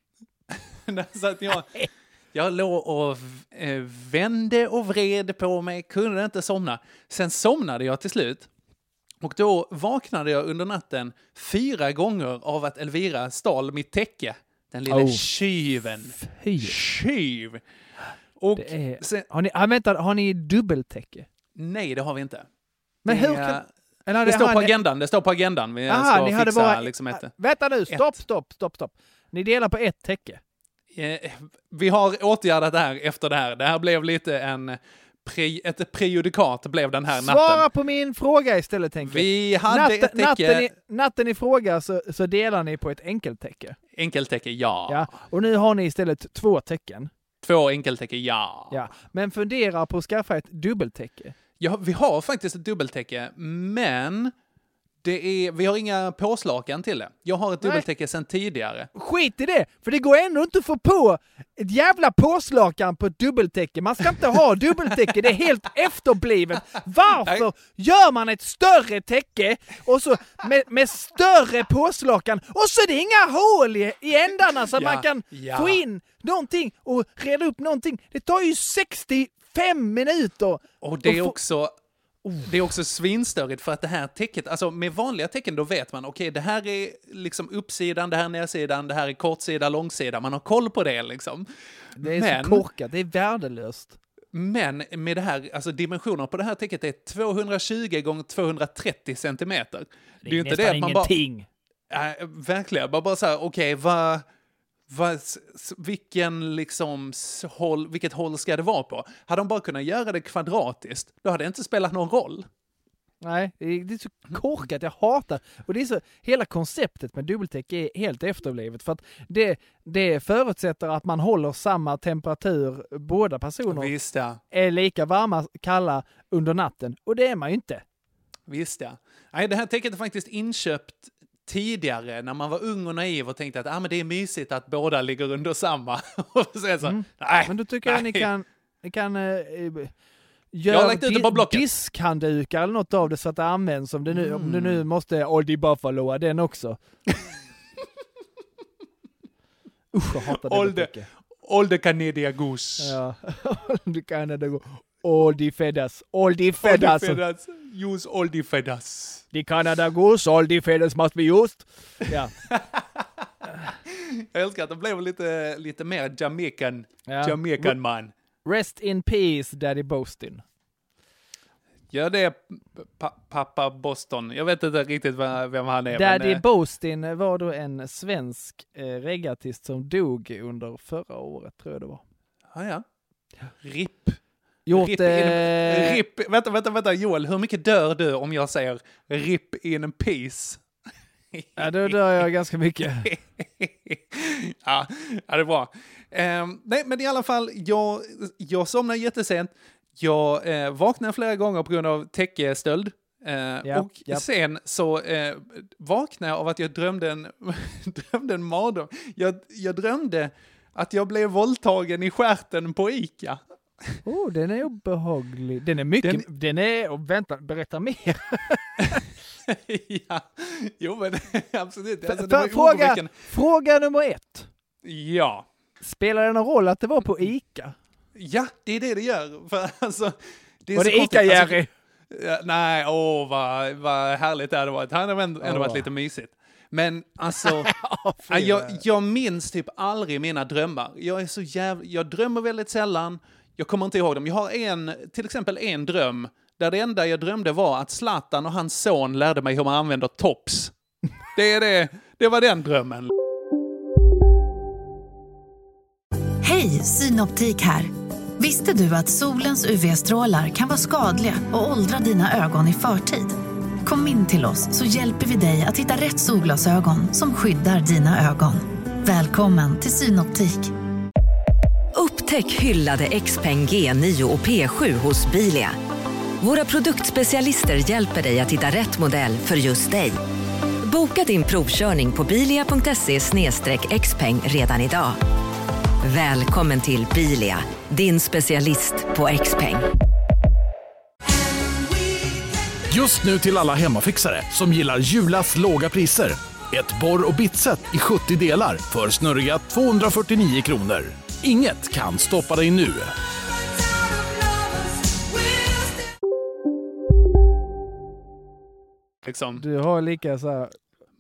Så att jag, jag låg och eh, vände och vred på mig, kunde inte somna. Sen somnade jag till slut. Och då vaknade jag under natten fyra gånger av att Elvira stal mitt täcke. Den lilla Oh. tjuven. Fy. Tjuv. Och Det är, sen, har ni, ah, vänta, har ni dubbeltäcke? nej, det har vi inte. Men det, hur kan... Eller det står har på ni- agendan, det står på agendan. Vi Aha, ska ni hade fixa bara... liksom ett... Vänta nu, stopp, ett. stopp, stopp, stopp. Ni delar på ett täcke. Eh, vi har åtgärdat det här efter det här. Det här blev lite en... Pre, ett prejudikat blev den här Svara natten. på min fråga istället, tänker jag. Vi hade natten, ett täcke... natten, i, natten i fråga så, så delar ni på ett enkeltäcke. Enkeltäcke, ja. Ja. Och nu har ni istället två tecken. Två enkeltäcke, ja. Ja. Men fundera på att skaffa ett dubbeltäcke. Ja, vi har faktiskt ett dubbeltäcke, men det är, vi har inga påslakan till det. Jag har ett Nej. dubbeltäcke sedan tidigare. Skit i det, för det går ändå inte att få på ett jävla påslakan på ett dubbeltäcke. Man ska inte ha dubbeltäcke, det är helt efterblivet. Varför gör man ett större täcke och så med, med större påslakan och så är det inga hål i, i ändarna så att Ja, man kan ja. få in någonting och reda upp någonting. Det tar ju sextiofem minuter. Och det är få- också... Det är också svinstörigt för att det här täcket, alltså med vanliga tecken då vet man, okej, okay, det här är liksom uppsidan, det här är nedsidan, det här är kortsida, långsida, man har koll på det liksom. Det är Men- så korkat, det är värdelöst. Men med det här, alltså dimensioner på det här täcket är tvåhundratjugo gånger tvåhundratrettio centimeter. Det är ju inte det att man bara... ingenting. Äh, verkligen, bara, bara så här, okej, okay, vad... Vad, s- s- vilken liksom s- håll, vilket håll ska det vara på? Hade de bara kunnat göra det kvadratiskt, då hade det inte spelat någon roll. Nej, det är, det är så korkat, jag hatar. Och det är så, hela konceptet med dubbeltäcke är helt efterblivet. För att det, det förutsätter att man håller samma temperatur, båda personer Visst ja, är lika varma, kalla under natten. Och det är man ju inte. visst ja. Nej, det här täcket är faktiskt inköpt tidigare när man var ung och naiv och tänkte att ah, men det är mysigt att båda ligger under samma. Och så är det så, Mm. nej, Men då tycker jag nej. ni kan, ni kan eh, Jag har lagt ut det på blocket. diskhanddukar eller något av det så att det används om det nu, Mm. om du nu måste Oldie Buffalo den också. Usch, jag hatar det. Olde, tycker. Olde Canadian Goose. Ja, du kan det gå. Oldie Fedas, Oldie Fedas. Oldie Fedas. Use Oldie Fedas. The Canada Goose, Oldie Fedas must be used. Ja. Jag älskar att det blev lite, lite mer Jamaican, Ja. Jamaican man. Rest in peace, Daddy Boston. Ja, det är pa- pappa Boston. Jag vet inte riktigt vem vem han är. Daddy men, eh, Boston var då en svensk eh, reggaartist som dog under förra året, tror jag det var. ah, ja. R I P. Gjort... R I P, eh, in, R I P. Vänta, vänta, vänta, Joel. Hur mycket dör du om jag säger R I P in peace? Ja, då dör jag ganska mycket. ja, ja, det är bra. Um, nej, men i alla fall, jag, jag somnade jättesent. Jag eh, vaknade flera gånger på grund av täckestöld. Eh, Ja, och ja. sen så eh, vaknade jag av att jag drömde en, drömde en mardröm. Jag, jag drömde att jag blev våldtagen i stjärten på Ica. Oh, den är obehaglig. Den är mycket... Den, den är... Oh, vänta, berätta mer. ja, jo men absolut. Alltså, det För, var fråga, oroväckande. fråga nummer ett. Ja. Spelar det någon roll att det var på Ica? Ja, det är det det gör. För, alltså, det är var så det Ica-Jerry? Alltså, ja, nej, åh vad, vad härligt det hade varit. Han har ändå, ändå oh. varit lite mysigt. Men alltså, oh, jag, jag minns typ aldrig mina drömmar. Jag är så jävla, jag drömmer väldigt sällan. Jag kommer inte ihåg dem. Jag har en, till exempel en dröm där det enda jag drömde var att Zlatan och hans son lärde mig hur man använder tops. Det är det, det var den drömmen. Hej, Synoptik här. Visste du att solens U V-strålar kan vara skadliga och åldra dina ögon i förtid? Kom in till oss så hjälper vi dig att hitta rätt solglasögon som skyddar dina ögon. Välkommen till Synoptik. Upptäck hyllade Xpeng G nio och P sju hos Bilia. Våra produktspecialister hjälper dig att hitta rätt modell för just dig. Boka din provkörning på bilia punkt se slash xpeng redan idag. Välkommen till Bilia, din specialist på Xpeng. Just nu till alla hemmafixare som gillar Julas låga priser. Ett borr- och bitset i sjuttio delar för snurriga tvåhundrafyrtionio kronor. Inget kan stoppa dig nu. Liksom. Du har lika så här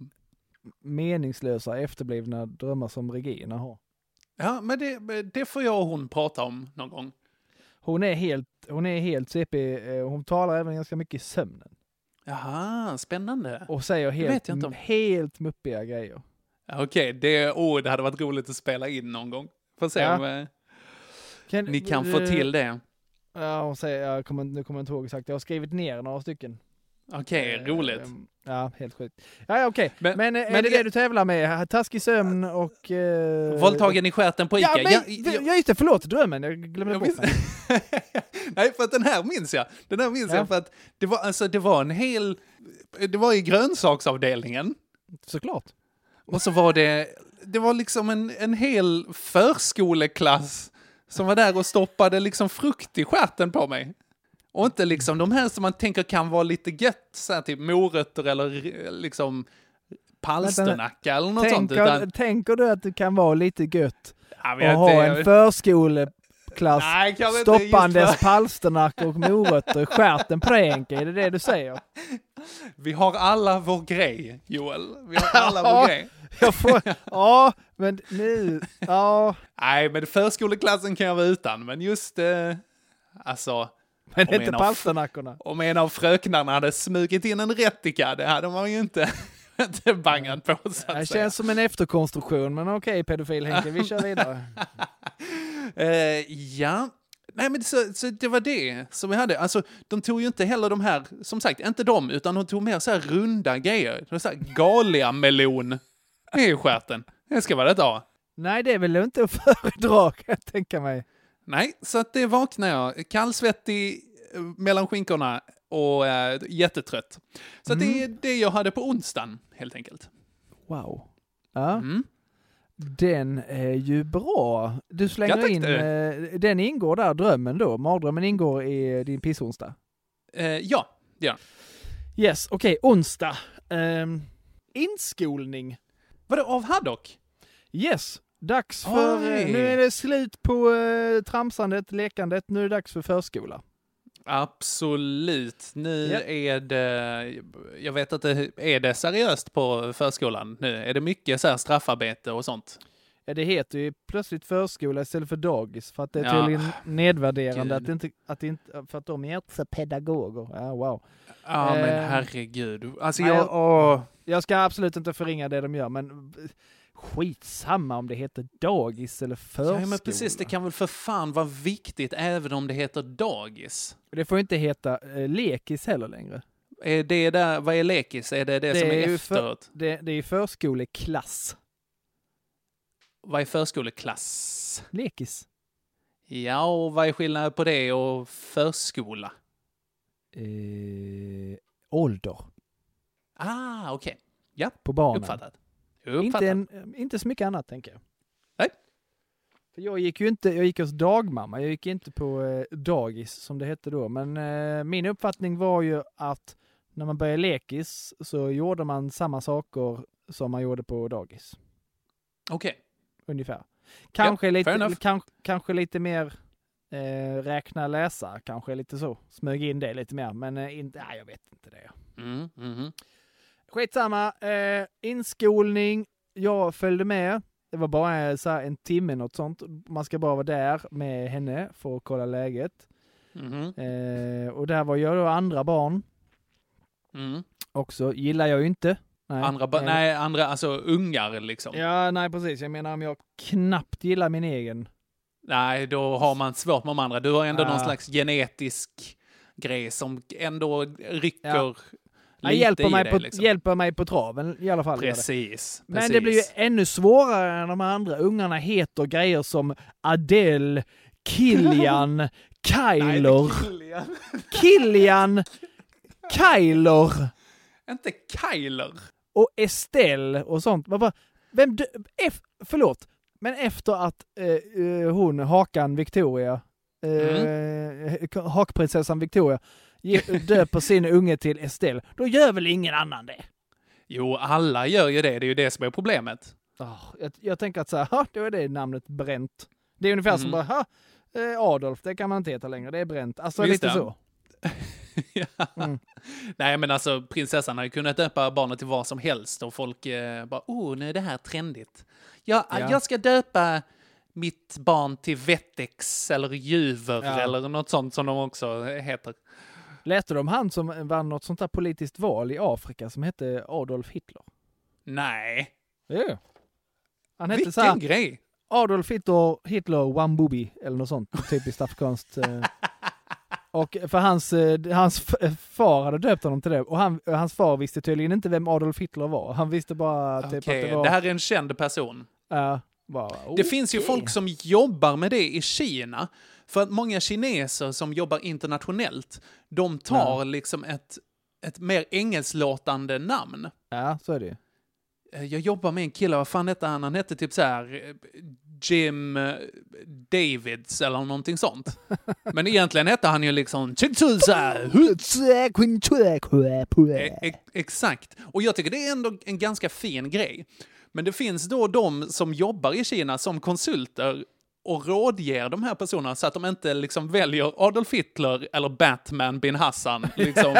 meningslösa efterblivna drömmar som Regina har. Ja, men det, det får jag och hon prata om någon gång. Hon är helt, hon är helt C P. Hon talar även ganska mycket i sömnen. Jaha, spännande. Och säger helt, inte om... helt muppiga grejer. Okej, okay, det, oh, det hade varit roligt att spela in någon gång. Får se ja. om eh, kan, ni kan få till det. Ja, hon säger, jag kommer, nu kommer jag inte ihåg exakt. Jag har skrivit ner några stycken. Okej, okay, roligt. Eh, ja, helt sjukt. Ja, ja okej. Okay. Men, men är men det det du tävlar med? Taskig sömn och... Eh... Våldtagen i stjärten på Ica. Ja, men, jag, jag, jag just det, förlåt, drömmen. Jag glömde bort mig. Nej, för att den här minns jag. Den här minns ja. jag för att det var, alltså, det var en hel... Det var i grönsaksavdelningen. Såklart. Och så var det... Det var liksom en, en hel förskoleklass som var där och stoppade liksom frukt i stjärten på mig. Och inte liksom de här som man tänker kan vara lite gött, så här typ morötter eller liksom palsternacka eller något tänker, sånt. Utan... Tänker du att det kan vara lite gött ja, att ha jag... en förskoleklass Nej, stoppandes palsternacka och morötter i stjärten på enka? Är det det du säger? Vi har alla vår grej, Joel. Vi har alla vår grej. Jag får, ja, men nu, ja. Nej, men förskoleklassen kan jag vara utan, men just, eh, alltså... Men inte palsternackorna. Om en av fröknarna hade smugit in en rättika, det hade man ju inte, inte bangat på. Så att det säga. känns som en efterkonstruktion, men okej, okay, pedofil Henke, vi kör vidare. uh, ja, nej men så, så det var det som vi hade. Alltså, de tog ju inte heller de här, som sagt, inte de, utan de tog mer så här runda grejer. Så här Galia-melon i stjärten. Det ska vara det då. Nej, det är väl inte att föredra, kan jag tänka mig. Nej, så att det vaknar jag. Kallsvettig mellan skinkorna och äh, jättetrött. Så mm. att det är det jag hade på onsdagen, helt enkelt. Wow. Ja. Mm. Den är ju bra. Du slänger in, eh, den ingår där, drömmen då. Mardrömmen ingår i din pissonsdag. Eh, ja, ja. Yes, okej, okay, onsdag. Um, inskolning. Var det av Haddock? Yes. Dags för, Oj. nu är det slut på uh, tramsandet, lekandet, nu är det dags för förskola. Absolut. Nu yep. är det, jag vet inte, är det seriöst på förskolan nu? Är det mycket så här straffarbete och sånt? Ja, det heter ju plötsligt förskola istället för dagis, för att det är ja. tydligen nedvärderande att det inte, att det inte, för att de är inte pedagoger. Ja, wow. Ja, eh, men herregud. Alltså jag, jag, åh. jag ska absolut inte förringa det de gör, men skitsamma om det heter dagis eller förskola. Ja, men precis, det kan väl för fan vara viktigt även om det heter dagis. Det får inte heta eh, lekis heller längre. Är det där, vad är lekis? Är det det, det som är, är efteråt? För, det, det är förskoleklass. Vad är förskoleklass? Lekis. Ja, och vad är skillnaden på det och förskola? Eh, ålder. Ah, okej. Okay. Ja, på barnen. Uppfattat. Inte, en, inte så mycket annat, tänker jag. Nej. För jag gick ju inte, jag gick hos dagmamma. Jag gick inte på eh, dagis som det hette då. Men eh, min uppfattning var ju att när man började lekis så gjorde man samma saker som man gjorde på dagis. Okej. Okay. Ungefär. Kanske, yeah, lite, kanske, kanske lite mer Eh, räkna, läsa, kanske lite så. Smög in det lite mer, men eh, inte, nej, jag vet inte det. Mm, mm. Skitsamma. Eh, inskolning. Jag följde med. Det var bara så här en timme något sånt. Man ska bara vara där med henne för att kolla läget. Mm. Eh, och där var jag och andra barn. Mm. Också. Gillar jag ju inte. Nej, andra, ba- nej, andra, alltså ungar liksom. Ja, nej precis. Jag menar om jag knappt gillar min egen. Nej, då har man svårt med de andra. Du har ändå Ja. någon slags genetisk grej som ändå rycker Ja. lite Jag hjälper, i mig dig, på, liksom. hjälper mig på traven i alla fall. Precis, Men precis. det blir ju ännu svårare när de andra ungarna heter grejer som Adele, Kilian, Kyler. Kilian. Kilian, Kyler. Inte Kyler. Och Estelle och sånt. Man bara, vem dö- F- förlåt, men efter att eh, eh, hon, Hakan Victoria, eh, mm. hakprinsessan Victoria, ge- döper sin unge till Estelle, då gör väl ingen annan det? Jo, alla gör ju det. Det är ju det som är problemet. Oh, jag, jag tänker att så här, ha, då är det namnet bränt. Det är ungefär mm. som bara, ha, eh, Adolf, det kan man inte heta längre, det är bränt. Alltså Visst lite det. så. Ja. Mm. Nej, men alltså prinsessan har ju kunnat döpa barnet till vad som helst och folk eh, bara, oh, nu är det här trendigt. Ja, Ja. Jag ska döpa mitt barn till Vettex eller Juver Ja. eller något sånt som de också heter. Läste de han som vann något sånt där politiskt val i Afrika som hette Adolf Hitler? Nej. Ja. Han hette Vilken så här, grej. Adolf Hitler, Hitler Wambubi eller något sånt, typiskt afrikanskt. eh. Och för hans, eh, hans f- far hade döpt honom till det. Och han, hans far visste tydligen inte vem Adolf Hitler var. Han visste bara typ Okej, att det var... det här är en känd person. Uh, bara, Det okay. finns ju folk som jobbar med det i Kina. För att många kineser som jobbar internationellt, de tar Ja. liksom ett, ett mer engelsklåtande namn. Ja, så är det ju. Jag jobbar med en kille, vad fan hette han? Han hette typ så här Jim Davids eller någonting sånt. Men egentligen hette han ju liksom e- exakt. Och jag tycker det är ändå en ganska fin grej. Men det finns då de som jobbar i Kina som konsulter och rådger de här personerna så att de inte liksom väljer Adolf Hitler eller Batman bin Hassan. Liksom.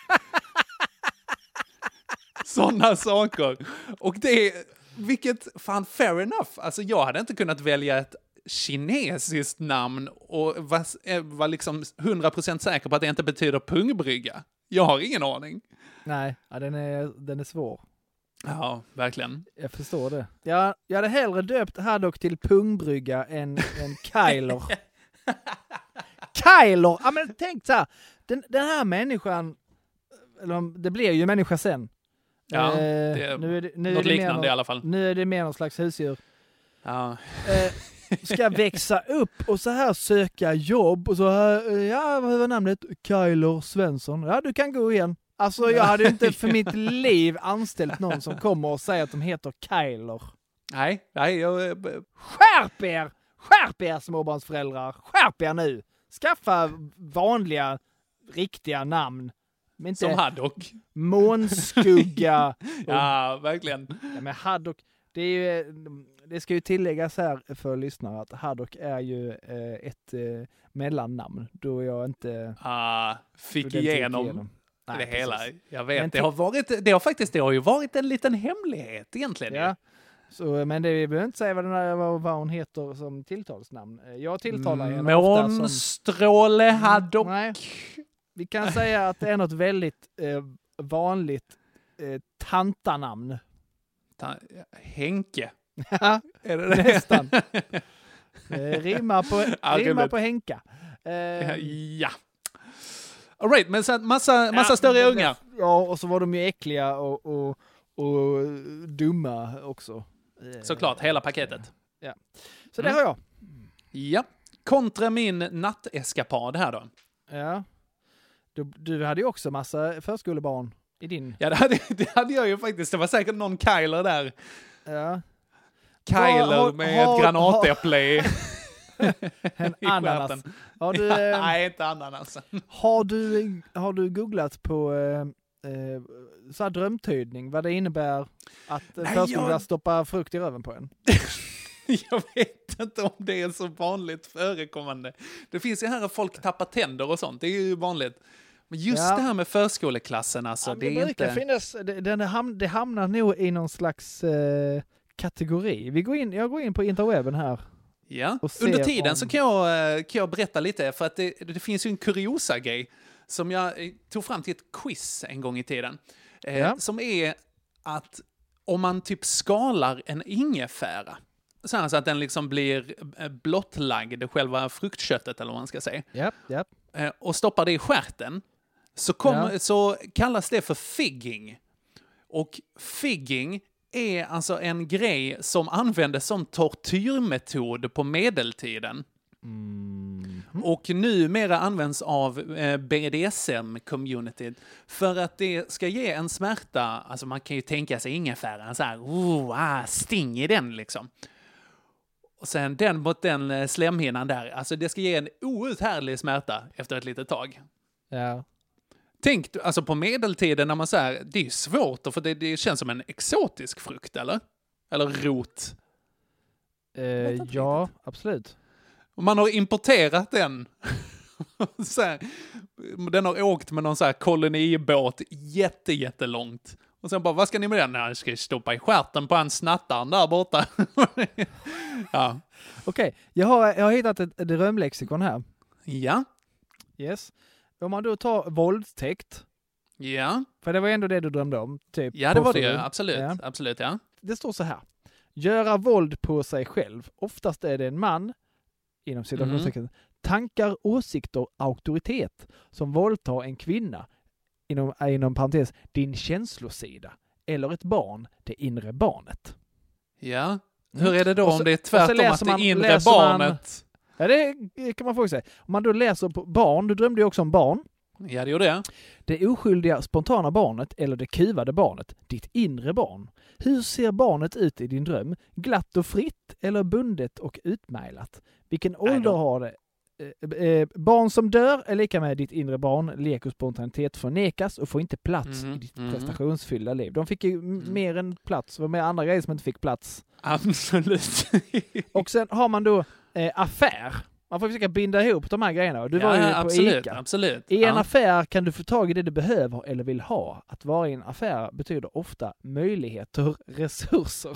Sådana saker. Och det är, vilket, fan, fair enough. Alltså jag hade inte kunnat välja ett kinesiskt namn och var, var liksom hundra procent säker på att det inte betyder pungbrygga. Jag har ingen aning. Nej, ja, den, är, den är svår. Ja, verkligen. Jag förstår det. Jag, jag hade hellre döpt Haddock till pungbrygga än, än Kyler. Kyler! Ja, men tänk så här. Den, den här människan, eller det blir ju människa sen. Ja, eh, det är nu är det, nu något är det liknande någon, i alla fall. Nu är det mer någon slags husdjur. Ja. Eh, ska växa upp och så här söka jobb och så här, eh, ja, vad var namnet? Kyler Svensson. Ja, du kan gå igen. Alltså jag hade inte för mitt liv anställt någon som kommer och säger att de heter Kyler. Nej, nej. Jag... Skärp er! Skärp er småbarnsföräldrar! Skärp er nu! Skaffa vanliga, riktiga namn. Men inte som Haddock. Månskugga. Ja, verkligen. Ja, men Haddock, det är ju, det ska ju tilläggas här för lyssnare att Haddock är ju eh, ett eh, mellannamn. Då jag inte... Ah, fick då igenom, igenom. det Nej, hela. precis. Jag vet, Men det har varit, det har faktiskt, det har ju varit en liten hemlighet egentligen. Ja. Så, men det, vi behöver inte säga vad, den här, vad, vad hon heter som tilltalsnamn. Jag tilltalar henne ofta som... Månstråle Haddock. Nej. Vi kan säga att det är något väldigt eh, vanligt eh, tantanamn. Ta- Henke. Ja, är det det? Nästan. eh, rimmar på, Ja, rimmar på Henka. Eh, ja. All right, men så massa, massa ja, större ungar. Ja, och så var de ju äckliga och, och, och dumma också. Eh, Såklart, hela paketet. Ja. Så Mm. det har jag. Ja. Kontra min natteskapad här då. Ja. Du, du hade ju också massa förskolebarn i din. Ja, det hade, det hade jag ju faktiskt. Det var säkert någon Kyler där. Ja. Kyler Har- med har- ett granatäpple i. En i ananas. stjärten. Har du, eh, Nej, inte ananas. har du, har du googlat på eh, eh, så här drömtydning? Vad det innebär att Nej, förskolan jag- stoppar frukt i röven på en? Jag vet vet inte om det är så vanligt förekommande. Det finns ju här att folk tappar tänder och sånt. Det är ju vanligt. Men just ja. det här med förskoleklassen, alltså, ja, det, det är inte... Finnas, det, det, det hamnar nog i någon slags eh, kategori. Vi går in, jag går in på interwebben här. Ja, under tiden om... så kan jag, kan jag berätta lite, för att det, det finns ju en kuriosa-grej som jag tog fram till ett quiz en gång i tiden. Eh, ja. Som är att om man typ skalar en ingefära så här så att den liksom blir blottlagd, själva fruktköttet eller vad man ska säga. Ja, ja. Eh, och stoppar det i stjärten så, kom, ja. så kallas det för figging. Och figging är alltså en grej som användes som tortyrmetod på medeltiden. Mm. Och numera används av eh, B D S M-communityt för att det ska ge en smärta. Alltså man kan ju tänka sig ingefäran så här, oh, ah, sting i den liksom. Och sen den mot den slemhinnan där, alltså det ska ge en outhärdlig smärta efter ett litet tag. Ja. Tänk alltså på medeltiden när man säger, det är svårt för det, det känns som en exotisk frukt, eller? Eller rot. Eh, ja, riktigt. Absolut. Och man har importerat den. så här, den har åkt med någon så här kolonibåt jätte, jättelångt. Och sen bara, vad ska ni med den? Jag ska stoppa i stjärten på en snattaren där borta. ja. Okej, okay. jag, har, jag har hittat ett, ett drömlexikon här. Ja. Yes. Om man då tar våldtäkt. Ja. För det var ändå det du drömde om. Typ, ja, det var det ju. Absolut. Ja. Absolut, ja. Det står så här. Göra våld på sig själv. Oftast är det en man, inom situationstecken, mm. tankar, åsikter, auktoritet, som våldtar en kvinna, inom, inom parentes, din känslosida, eller ett barn, det inre barnet. Ja. Hur är det då så, om det är tvärtom att man, det inre barnet... Man, ja, det kan man fråga sig. Om man då läser på barn, du drömde ju också om barn. Ja, det gjorde jag. Det oskyldiga, spontana barnet eller det kuvade barnet, ditt inre barn. Hur ser barnet ut i din dröm? Glatt och fritt eller bundet och utmejlat? Vilken ålder har det? Eh, eh, barn som dör är lika med ditt inre barn. Lek och spontanitet förnekas och får inte plats mm, i ditt mm. prestationsfyllda liv. De fick ju mm. mer än plats. Det var med andra grejer som inte fick plats. Absolut. Och sen har man då eh, affär. Man får försöka binda ihop de här grejerna. Du ja, var ju ja, på absolut, Ica. Absolut. I en ja. affär kan du få tag i det du behöver eller vill ha. Att vara i en affär betyder ofta möjligheter, resurser.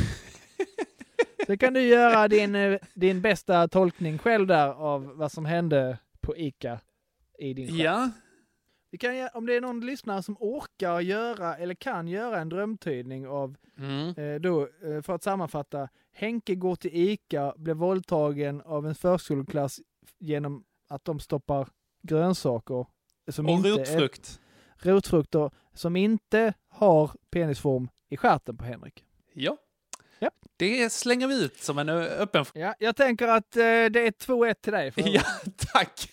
Så kan du göra din, din bästa tolkning själv där av vad som hände på Ica i din själv. Ja. Vi kan, om det är någon lyssnare som orkar göra eller kan göra en drömtydning av mm. eh, då, eh, för att sammanfatta, Henke går till Ica, blir våldtagen av en förskoleklass genom att de stoppar grönsaker som och inte rotfrukt. Är, rotfrukter som inte har penisform i stjärten på Henrik. Ja. Ja. Det slänger vi ut som en öppen... Ja, jag tänker att eh, det är två ett till dig. Ja, tack.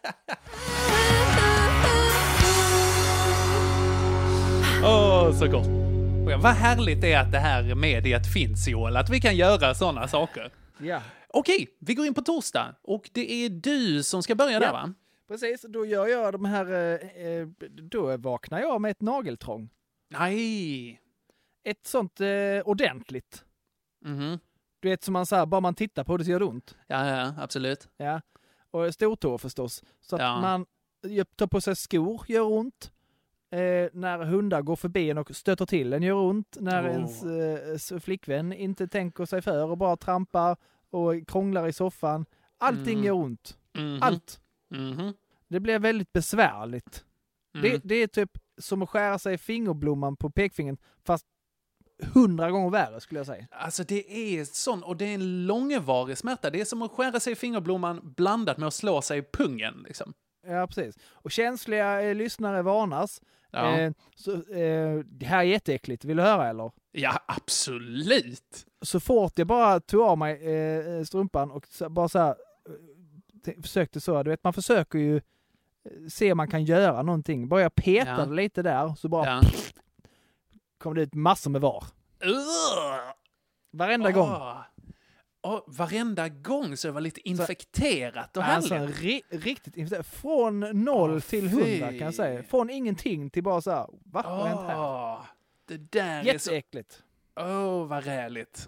Åh, oh, så gott. Vad härligt det är att det här mediet finns, Joel. Att vi kan göra sådana saker. Ja. Okej, vi går in på torsdag. Och det är du som ska börja ja. där, va? Precis, då gör jag de här... Eh, då vaknar jag med ett nageltrång. Nej. Ett sånt eh, ordentligt. Mhm. Du vet, som man säger, bara man tittar på det så gör det ont. Ja, ja, absolut. Ja. Och stortå förstås. Så att ja. man tar på sig skor gör ont. Eh, när hundar går förbi en och stöter till en gör ont. När oh. ens eh, flickvän inte tänker sig för och bara trampar och krånglar i soffan. Allting mm. gör ont. Mm-hmm. Allt. Mm-hmm. Det blir väldigt besvärligt. Mm. Det, det är typ som att skära sig i fingerblomman på pekfingern, fast hundra gånger värre skulle jag säga. Alltså det är sån, och det är en långvarig smärta. Det är som att skära sig i fingerblomman blandat med att slå sig i pungen liksom. Ja, precis. Och känsliga eh, lyssnare varnas. Ja. Eh, så, eh, det här är jätteäckligt. Vill du höra eller? Ja, absolut. Så fort jag bara tog av mig eh, strumpan och så, bara så här eh, försökte så. Du vet, man försöker ju se om man kan göra någonting. Bara jag petade ja. lite där så bara ja. pff, kom det ut massor med var. Uh. Varenda oh. gång. Oh, varenda gång så det var lite infekterat och alltså, härligt. Ri- riktigt infekterat. Från noll oh, till hundra kan jag säga. Från ingenting till bara så här, vad har hänt här? Det där jätteäckligt. Åh, så... oh, vad räligt.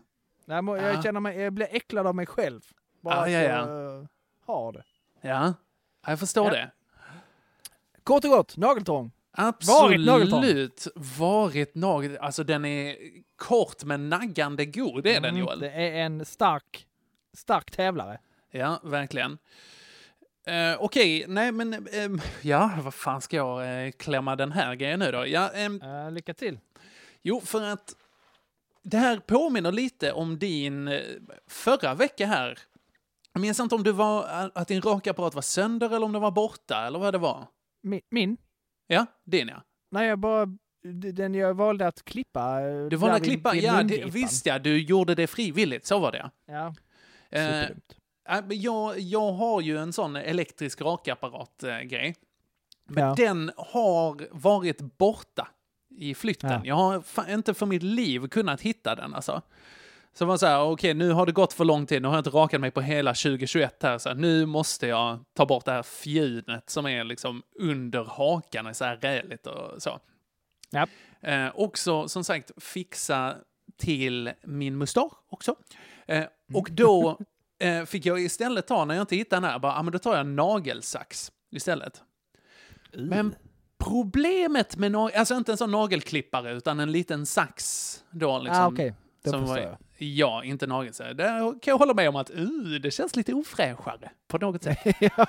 Nej, jag ja. känner mig, jag blir äcklad av mig själv. Bara ja, att ja, ja. jag uh, har det. Ja, jag förstår ja. det. Kort och gott, nageltrång. Absolut. Varit nageltrång. Varit nagel. Alltså den är kort men naggande god, det är mm, den Joel. Det är en stark, stark tävlare. Ja, verkligen. Uh, Okej, okay. nej men um, ja, vad fan ska jag uh, klämma den här grejen nu då? Ja, um, uh, lycka till. Jo, för att det här påminner lite om din uh, förra vecka här. Jag minns inte om du var, att din rakapparat var sönder eller om det var borta eller vad det var. Min? min? Ja, din ja. Nej, jag bara, den jag valde att klippa. Du valde att klippa, ja, det, visst ja, du gjorde det frivilligt, så var det. Ja, superdumt. Uh, jag, jag har ju en sån elektrisk rakapparat-grej. Men ja. Den har varit borta i flytten. Ja. Jag har fa- inte för mitt liv kunnat hitta den alltså. Så var så här, okej, okay, nu har det gått för lång tid. Nu har jag inte rakat mig på hela tjugohundratjugoett här. Så här, nu måste jag ta bort det här fjunet som är liksom under hakan. Så här räligt och så. Ja. Eh, också, som sagt, fixa till min mustasch också. Eh, och då eh, fick jag istället ta, när jag inte hittade den här, bara, ah, men då tar jag en nagelsax istället. Mm. Men problemet med, nag- alltså inte en sån nagelklippare, utan en liten sax då liksom. Ah, okay. Som var, ja, inte nagelsax. Där kan jag hålla med om att uh, det känns lite ofräschare på något sätt.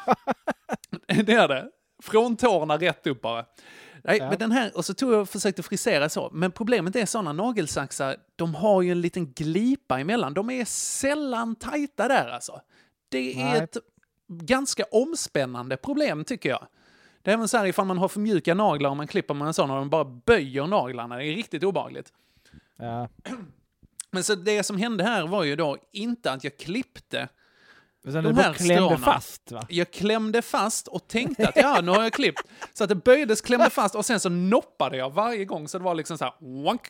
Det är det. Från tårna rätt upp bara. Nej, ja. Men den här, och så tog jag och försökte frisera så. Men problemet är sådana nagelsaxar, de har ju en liten glipa emellan. De är sällan tajta där alltså. Det är Nej. ett ganska omspännande problem tycker jag. Det är även så här ifall man har för mjuka naglar och man klipper med en sån och de bara böjer naglarna. Det är riktigt obehagligt. Ja. Men så det som hände här var ju då inte att jag klippte de du här klämde stråna. fast va? Jag klämde fast och tänkte att ja, nu har jag klippt. Så att det böjdes, klämde fast och sen så noppade jag varje gång. Så det var liksom så här... Wank,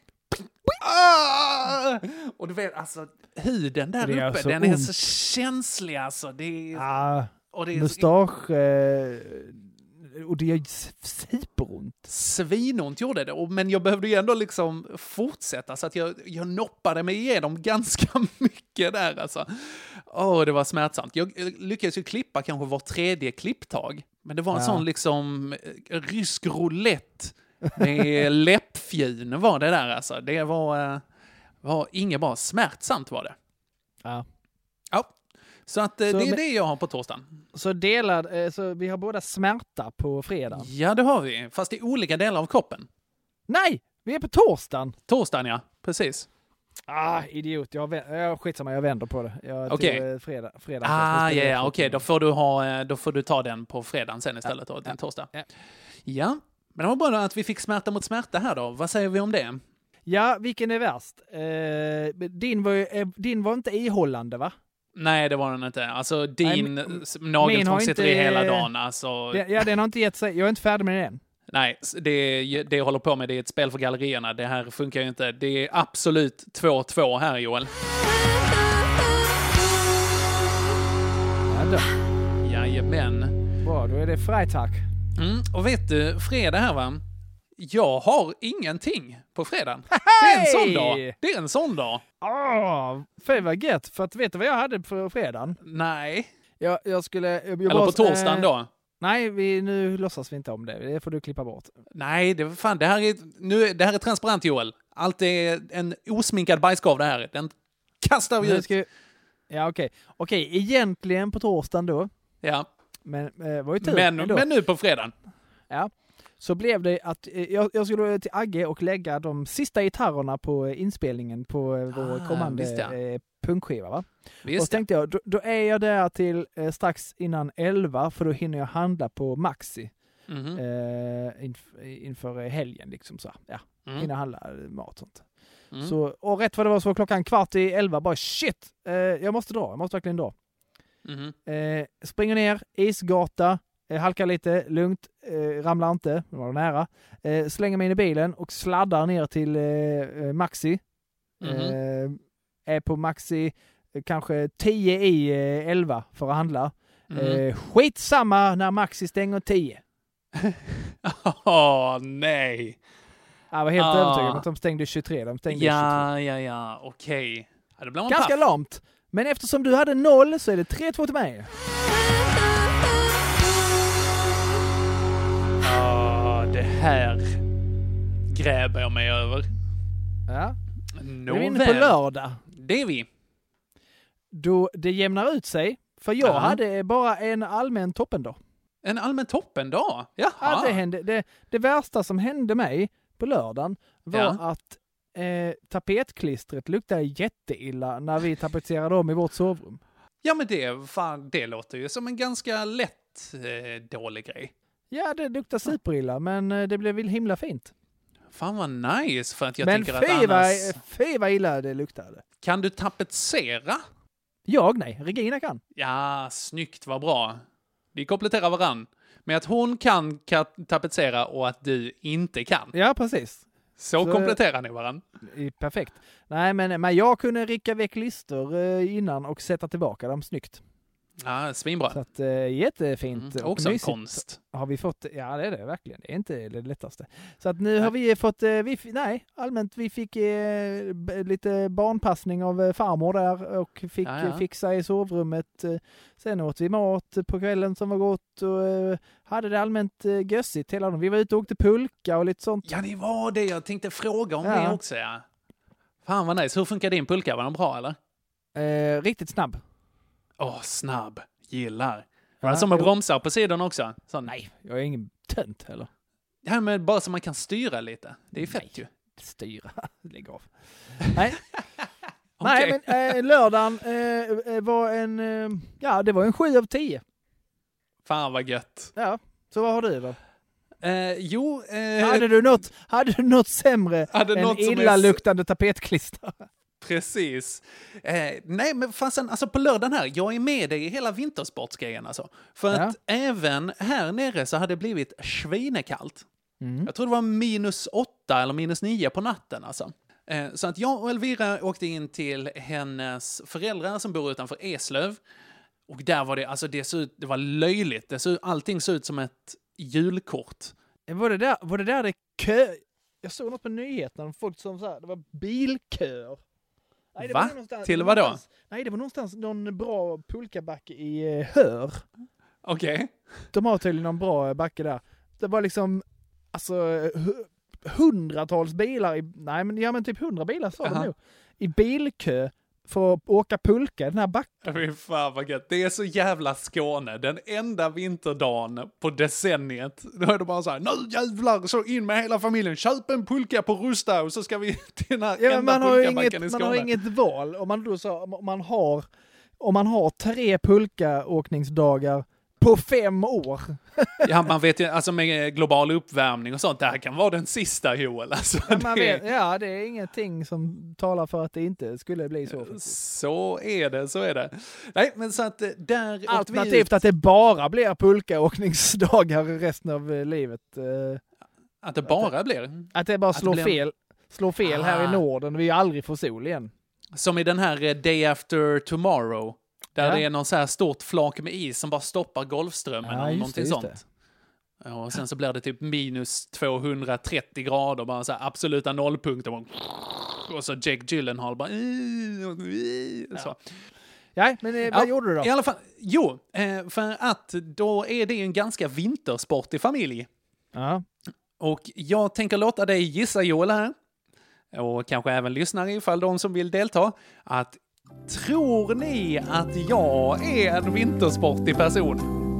ah! Och du vet, alltså huden där uppe, är den ont. Är så känslig alltså. Det är, ah, och det är mustasch... Eh, och det gör superont. Svinont gjorde det, men jag behövde ju ändå liksom fortsätta så att jag, jag noppade mig igenom ganska mycket där alltså. Åh, det var smärtsamt. Jag lyckades ju klippa kanske var tredje klipptag, men det var en ja. sån liksom rysk roulette med läppfjun var det där alltså. Det var, var inget bra, smärtsamt var det. Ja. Ja. Så att så, det är men, det jag har på torsdagen. Så delad, så vi har båda smärta på fredag. Ja, det har vi. Fast i olika delar av kroppen. Nej, vi är på torsdagen. Torsdagen, ja. Precis. Ah, idiot. Jag, jag skitsamma, jag vänder på det. Okej. Okay. Fredag, fredag. Ah, ja, ja. Okej. Okay. Då får du ha, då får du ta den på fredagen sen istället då, ja. Den torsdag. Ja. Ja. Men det var bra att vi fick smärta mot smärta här då. Vad säger vi om det? Ja, vilken är värst? Eh, din, var ju, din var inte ihållande, va? Nej, det var den inte. Alltså, din nageltrång sitter i hela dagen. Alltså... Det, ja, den har inte gett sig. Jag är inte färdig med den. Nej, det, det jag håller på med det är ett spel för gallerierna. Det här funkar ju inte. Det är absolut två två här, Joel. Ja, då. Jajamän. Bra, då är det Freitag. Mm, och vet du, fredag här va? Jag har ingenting på fredagen. Hey! Det är en sån dag. Det är en sån dag. Åh, oh, för vad gött. För att vet du vad jag hade på fredagen? Nej. Jag, jag skulle... Jag Eller bara, på torsdagen eh, då? Nej, vi, nu låtsas vi inte om det. Det får du klippa bort. Nej, det, fan, det, här är, nu, det här är transparent, Joel. Allt är en osminkad bajskorv det här. Den kastar vi ut. Ska, ja, okej. Okay. Okej, okay, egentligen på torsdagen då. Ja. Men eh, var ju tur men, men nu på fredagen. Ja. Så blev det att eh, jag, jag skulle till Agge och lägga de sista gitarrerna på inspelningen på eh, vår ah, kommande eh, punkskiva, va? Visst. Och så tänkte jag, då, då är jag där till eh, strax innan elva, för då hinner jag handla på Maxi mm-hmm. eh, inf- inför helgen liksom så. Ja, mm. hinner handla mat och sånt. Mm. Så, och rätt vad det var så var klockan kvart i elva, bara shit, eh, jag måste dra, jag måste verkligen dra. Mm-hmm. Eh, springer ner, isgata, eh, halkar lite, lugnt, eh, ramlar inte, det var nära. Eh, slänger mig in i bilen och sladdar ner till eh, Maxi. Mm-hmm. Eh, är på Maxi eh, kanske tio i eh, elva för att handla. Mm-hmm. Eh, skitsamma när Maxi stänger tio. Åh, oh, nej. Jag var helt ah. övertygad om att de stängde tjugotre. De stängde ja, tjugotre. ja, ja, okej. Okay. Ja, det blir man Ganska paff. lamt. Men eftersom du hade noll så är det tre två till mig. Ja, det här gräver jag mig över. Ja. Nå Nu är vi inne på lördag. Det är vi. Då det jämnar ut sig. För jag Ja. hade bara en allmän toppendag. En allmän toppendag? Jaha. Ja, det, hände, det, det värsta som hände mig på lördagen var Ja. att eh, tapetklistret luktade jätteilla när vi tapetserade om i vårt sovrum. Ja, men det, fan, det låter ju som en ganska lätt eh, dålig grej. Ja, det luktar superilla, men eh, det blev väl himla fint. Fan vad nice, för att jag men tänker fy att vad, annars... fy vad illa det luktade. Kan du tapetsera? Jag? Nej, Regina kan. Ja, snyggt, vad bra. Vi kompletterar varann. Men att hon kan ka- tapetsera och att du inte kan. Ja, precis. Så, Så kompletterar ni varann. Perfekt. Nej, men, men jag kunde ricka väck listor eh, innan och sätta tillbaka dem snyggt. Ja, svinbra. Så att, eh, jättefint. Mm, och också en mysigt. konst. Har vi fått, ja det är det verkligen. Det är inte det lättaste. Så att nu har vi fått, eh, vi, nej, allmänt vi fick eh, b- lite barnpassning av eh, farmor där och fick Ja, ja. eh, fixa i sovrummet. Eh, sen åt vi mat på kvällen som var gott och eh, hade det allmänt eh, gössigt hela dagen. Vi var ute och åkte pulka och lite sånt. Ja, det var det. Jag tänkte fråga om Ja. det också, ja. Fan vad nice. Hur funkar din pulka? Var den bra, eller? Eh, riktigt snabb. Åh, oh, snabb. Gillar. Var Ja, det som med jo. bromsar på sidan också? Så, Nej, jag är ingen tönt heller. Ja, men bara så man kan styra lite. Det är fett Nej. ju. Styra, lägg av. Nej. Okej. Nej, men eh, lördagen eh, var en, eh, ja det var en sju av tio. Fan vad gött. Ja, så vad har du då? Eh, jo, eh, Hade du något, hade du något sämre Hade än något som är- illaluktande tapetklister? precis. Eh, nej, men fasen, alltså på lördagen här, jag är med dig i hela vintersportsgrejen alltså. För Ja. att även här nere så hade det blivit svinekallt. Mm. Jag tror det var minus åtta eller minus nio på natten alltså. Eh, så att jag och Elvira åkte in till hennes föräldrar som bor utanför Eslöv. Och där var det, alltså det såg ut, det var löjligt. Det såg, allting såg ut som ett julkort. Var det där, var det där det kö? Jag såg något på nyheterna, folk som så här, det var bilköer. Nej, det Va? var någonstans- Till det var vad då? någonstans- Nej, det var någonstans någon bra pulkabacke i eh, Hör. Okej. Okay. De har tydligen någon bra backe där. Det var liksom, alltså, hu- hundratals bilar, i, nej men, ja men typ hundra bilar sa de Aha. nog, i bilkö för att åka pulka i den här backen. Fy fan vad gött. Det är så jävla Skåne. Den enda vinterdagen på decenniet. Då är det bara så här, nu jävlar, så in med hela familjen. Köp en pulka på Rusta och så ska vi till den här Ja, men enda man har, ju pulkabacken inget, i man Skåne. har inget val. Om man då sa, om man har, om man har tre pulkaåkningsdagar på fem år. Ja, man vet ju, alltså med global uppvärmning och sånt, det här kan vara den sista, Joel. Alltså, Ja, man det, vet, ja, det är ingenting som talar för att det inte skulle bli så. så är det, så är det. Nej, men så att där åkte vi Alternativt ut. att det bara blir pulkaåkningsdagar resten av eh, livet. eh, Att det bara blir. Att det bara Att det slår blir- fel. Slår fel här i Ah. Norden. Vi aldrig får sol igen. Som i den här eh, Day After Tomorrow. Där Ja. det är någon så här stort flak med is som bara stoppar Golfströmmen Ja, eller just någonting det, just sånt. Ja, och sen så blir det typ minus tvåhundratrettio grader, bara så här absoluta nollpunkter. Och så Jake Gyllenhaal bara... Så. Ja, men eh, vad Ja, gjorde du då? I alla fall, jo, eh, för att då är det en ganska vintersportig familj. Ja. Och jag tänker låta dig gissa, Joel, här. Och kanske även lyssnare ifall de som vill delta. Att tror ni att jag är en vintersportig person?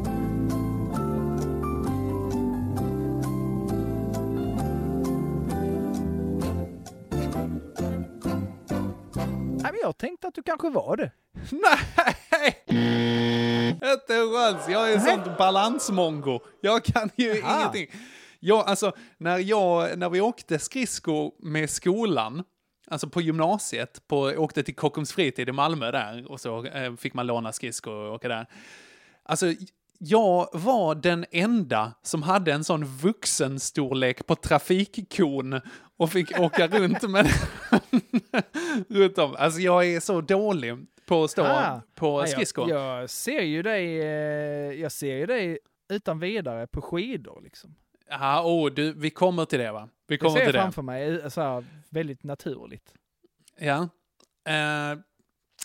Nej, men jag tänkte att du kanske var det. Nej! Inte en chans. Jag är sånt balansmongo. Jag kan ju Jaha. ingenting. Jag, alltså, när, jag, när vi åkte skridsko med skolan, alltså på gymnasiet, på, åkte till Kockums fritid i Malmö där, och så eh, fick man låna skridsko och åka där. Alltså, jag var den enda som hade en sån vuxenstorlek på trafikkon och fick åka runt med runt om. Alltså jag är så dålig på att stå Ah. på Nej, skridskor. Jag, jag ser ju dig, eh, jag ser ju dig utan vidare på skidor liksom. Ja, oh, du, vi kommer till det va? Vi Det kommer ser jag till det. framför mig, eh, så här, väldigt naturligt. Ja. Eh,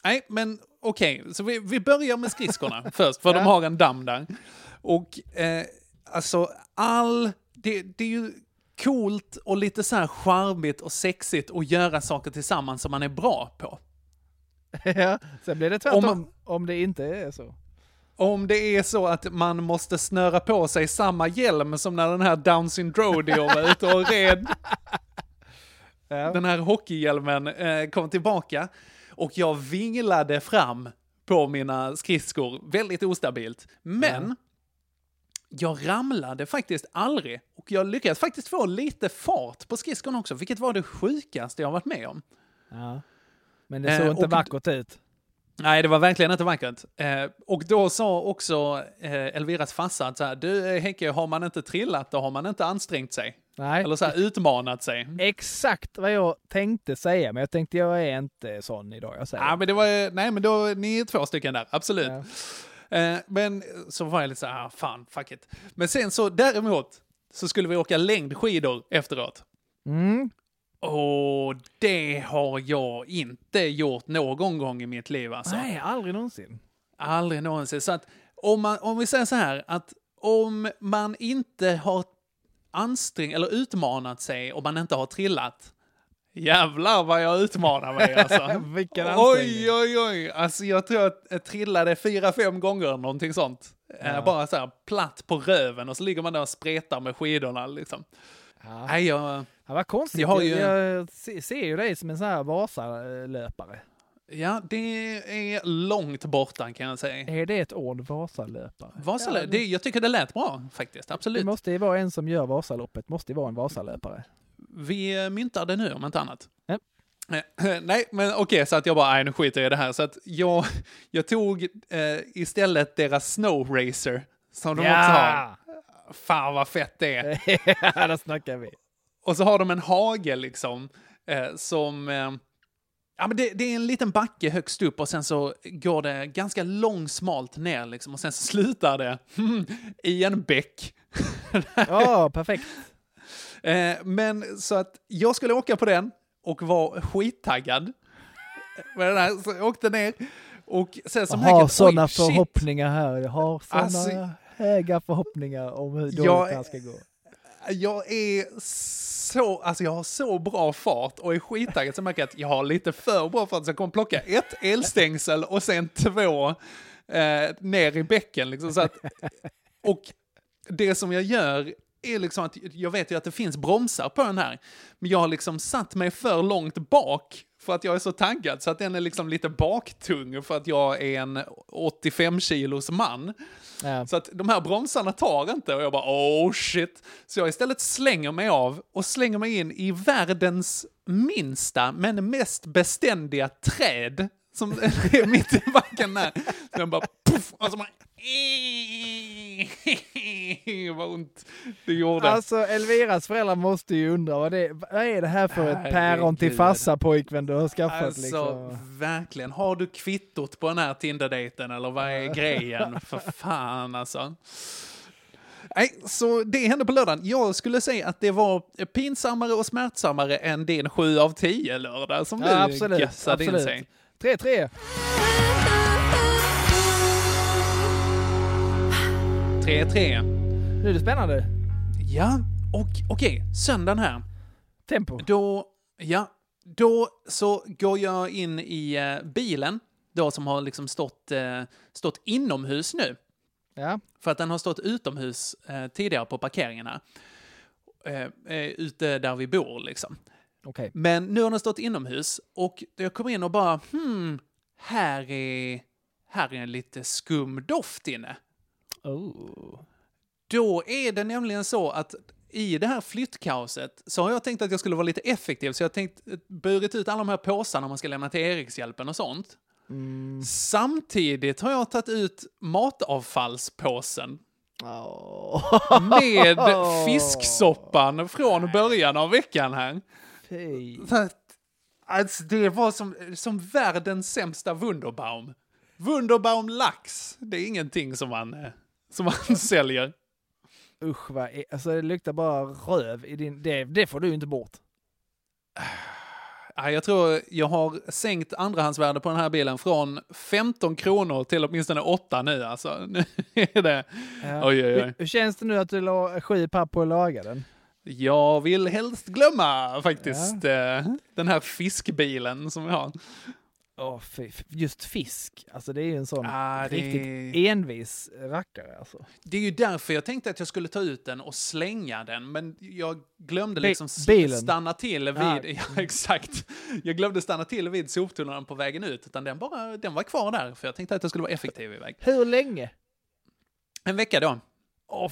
Nej, men okej. Okay. Så vi, vi börjar med skridskorna först, för ja. de har en damm där. Och eh, alltså all... Det, det är ju coolt och lite så här charmigt och sexigt att göra saker tillsammans som man är bra på. Ja, sen blir det tvärtom om, om det inte är så. Om det är så att man måste snöra på sig samma hjälm som när den här Down syndrome var ute och red. Ja. Den här hockeyhjälmen eh, kom tillbaka och jag vinglade fram på mina skridskor väldigt ostabilt. Men ja. jag ramlade faktiskt aldrig och jag lyckades faktiskt få lite fart på skridskorna också, vilket var det sjukaste jag varit med om. Ja. Men det såg eh, inte och, vackert ut. Nej, det var verkligen inte vackert. Eh, och då sa också eh, Elviras farsa att så här, du Henke, har man inte trillat då har man inte ansträngt sig. Nej. Eller så här, utmanat sig. Exakt vad jag tänkte säga, men jag tänkte jag är inte sån idag. Jag säger. Ja, men det var, nej, men då ni är två stycken där, absolut. Ja. Eh, men så var jag lite så här, ah, fan, fuck it. Men sen så däremot så skulle vi åka längdskidor efteråt. Mm. Och det har jag inte gjort någon gång i mitt liv. Alltså. Nej, aldrig någonsin. Aldrig någonsin. Så att om, man, om vi säger så här, att om man inte har ansträngt eller utmanat sig och man inte har trillat, jävlar vad jag utmanar mig alltså. Vilken ansträngning. Oj, oj, oj. Alltså jag tror att jag trillade fyra, fem gånger någonting sånt. Ja. Bara så här platt på röven och så ligger man där och spretar med skidorna liksom. Ja. Nej, jag... Ja, vad konstigt. Jag, ju... jag ser ju dig som en sån här Vasalöpare. Ja, det är långt borta kan jag säga. Är det ett ord, Vasalöpare? Vasalö... Ja, det... Jag tycker det lät bra faktiskt, absolut. Det måste ju vara en som gör Vasaloppet, måste ju vara en Vasalöpare. Vi myntar det nu om inte annat. Ja. Nej, men okej, okay, så att jag bara, nej, nu skiter jag i det här. Så att jag, jag tog eh, istället deras Snow Racer som de ja. också har. Fan vad fett det är. Ja, där snackar vi. Och så har de en hage liksom eh, som... Eh, ja, men det, det är en liten backe högst upp och sen så går det ganska långsmalt ner liksom och sen så slutar det i en bäck. Ja, oh, perfekt. Eh, men så att jag skulle åka på den och var skittaggad. Men den här, så jag åkte ner och sen som jag har sådana förhoppningar här. Jag har sådana alltså, höga förhoppningar om hur dåligt jag, det här ska gå. Jag är så, alltså jag har så bra fart och är skittaggad så märker jag att jag har lite för bra fart så jag kommer plocka ett elstängsel och sen två eh, ner i bäcken liksom, så att, och det som jag gör är liksom att jag vet ju att det finns bromsar på den här, men jag har liksom satt mig för långt bak för att jag är så taggad så att den är liksom lite baktung för att jag är en åttiofem kilos man. Ja. Så att de här bromsarna tar inte och jag bara oh shit. Så jag istället slänger mig av och slänger mig in i världens minsta men mest beständiga träd som är mitt i backen där. Så jag bara puff och så bara vad ont det gjorde. Alltså Elviras föräldrar måste ju undra vad, det, vad är det här för ett päron till farsa pojkvän du har skaffat alltså, liksom. Verkligen. Har du kvittot på den här Tinder-dejten eller vad är grejen? För fan alltså. Nej, så det hände på lördagen. Jag skulle säga att det var pinsammare och smärtsammare än din sju av tio lördag som ja, du absolut, gassade absolut. in sig. tre tre. tre tre. Nu är det spännande. Ja, och okej, okay, söndagen här. Tempo. Då, ja, då så går jag in i uh, bilen, då som har liksom stått, uh, stått inomhus nu. Ja. För att den har stått utomhus uh, tidigare på parkeringarna. Uh, uh, ute där vi bor liksom. Okay. Men nu har den stått inomhus och jag kommer in och bara, hmm, här är, här är en lite skum doft inne. Oh. Då är det nämligen så att i det här flyttkaoset så har jag tänkt att jag skulle vara lite effektiv. Så jag har tänkt burit ut alla de här påsarna man ska lämna till Erikshjälpen och sånt. Mm. Samtidigt har jag tagit ut matavfallspåsen. Oh. Med fisksoppan från början av veckan här. Hey. Alltså det var som, som världens sämsta Wunderbaum. Wunderbaum lax. Det är ingenting som man, som man säljer. Usch, vad är, alltså det luktar bara röv i din... Det, det får du inte bort. Ja, jag tror jag har sänkt andrahandsvärde på den här bilen från femton kronor till åtminstone åtta nu. Alltså. Nu är det... Ja. Oj, oj, oj. Hur, hur känns det nu att du la sju papp på att laga den? Jag vill helst glömma faktiskt ja. den här fiskbilen som vi har. Oh, just fisk, alltså det är ju en sån ah, riktigt det... envis rackare. Alltså. Det är ju därför jag tänkte att jag skulle ta ut den och slänga den, men jag glömde Be- liksom bilen. stanna till vid, ah. ja exakt, jag glömde stanna till vid soptunnan på vägen ut, utan den, bara, den var kvar där, för jag tänkte att jag skulle vara effektiv i väg. Hur länge? En vecka då. Oh,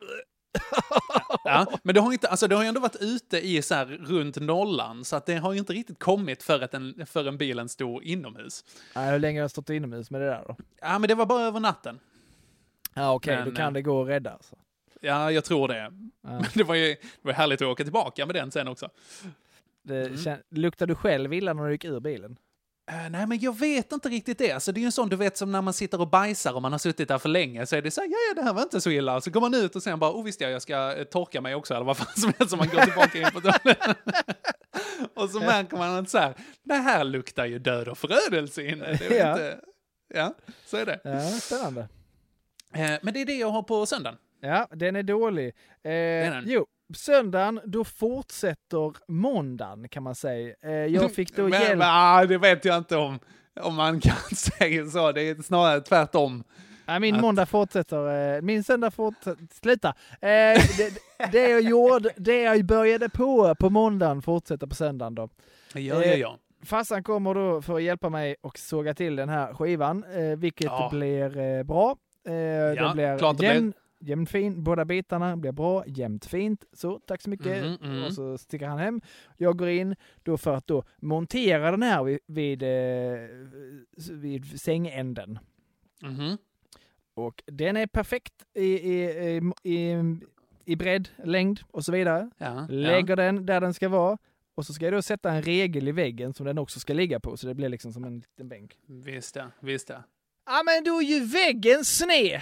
ja, men det har, inte, alltså det har ju ändå varit ute i så här runt nollan, så att det har ju inte riktigt kommit för att en, för en bilen stod inomhus. Nej, hur länge har jag stått inomhus med det där då? Ja, men det var bara över natten. Ja, okej, okay, då kan det gå att rädda alltså. Ja, jag tror det. Ja. Men det var ju det var härligt att åka tillbaka med den sen också. Det, mm. kän, luktar du själv illa när du gick ur bilen? Uh, nej, men jag vet inte riktigt det. Alltså, det är ju en sån, du vet, som när man sitter och bajsar och man har suttit där för länge, så är det så här, ja, ja, det här var inte så illa. Så går man ut och sen bara, oh visst jag, jag ska uh, torka mig också, eller vad fan som helst, som man går tillbaka in på toaletten. Och så märker man att så här, det här luktar ju död och förödelse inne. Det är ja. Inte, ja, så är det. Ja, spännande. Uh, men det är det jag har på söndagen. Ja, den är dålig. Eh, den. Jo, söndagen, då fortsätter måndagen kan man säga. Eh, jag fick då men, hjälp... Men, ah, det vet jag inte om, om man kan säga så. Det är snarare tvärtom. Ja, min att... måndag fortsätter. Eh, min söndag fortsätter... Sluta! Eh, det, det, jag gjorde, det jag började på på måndagen fortsätter på söndagen då. Ja, ja, ja. Eh, farsan kommer då för att hjälpa mig och såga till den här skivan, eh, vilket ja. blir eh, bra. Eh, ja, det blir klart det jämn, blir. Jämnt fin, båda bitarna blir bra, jämnt fint. Så, tack så mycket. Mm, mm. Och så sticker han hem. Jag går in då för att då montera den här vid, vid, eh, vid sängänden. Mm. Och den är perfekt i, i, i, i, i bredd, längd och så vidare. Ja, Lägger ja. den där den ska vara. Och så ska jag då sätta en regel i väggen som den också ska ligga på. Så det blir liksom som en liten bänk. Visst det, visst det. Ja, men då är ju väggen sned.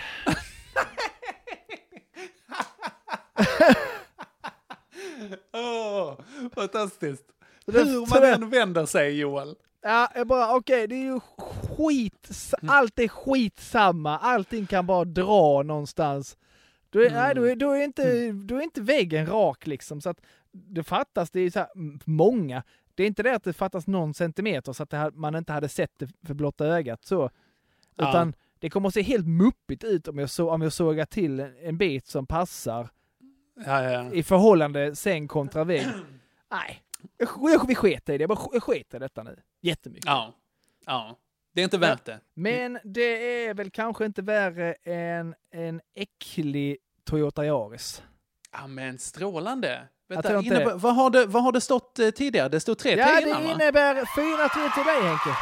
Åh, oh, fantastiskt. Det, Hur man än vänder sig, Joel. Ja, jag bara, okej, okay, det är ju skit, allt är skitsamma, allting kan bara dra någonstans. Då är, mm. nej, då är, då är, inte, då är inte väggen rak liksom, så att det fattas, det är så här, många, det är inte det att det fattas någon centimeter så att det, man inte hade sett det för blotta ögat så, utan ja. Det kommer att se helt muppigt ut om jag, så, om jag sågar till en, en bit som passar ja, ja. i förhållande säng kontra vägg. Nej. Jag, jag, vi sketar i det. Jag, bara, jag sketar detta nu. Jättemycket. Ja. Ja. Det är inte värt det. Men det är väl kanske inte värre än en äcklig Toyota Yaris. Ja, men strålande. Vänta, innebär, vad, har det, vad har det stått eh, tidigare? Det stod tre ja, till innan, det va? innebär fyra tre till dig, Henke.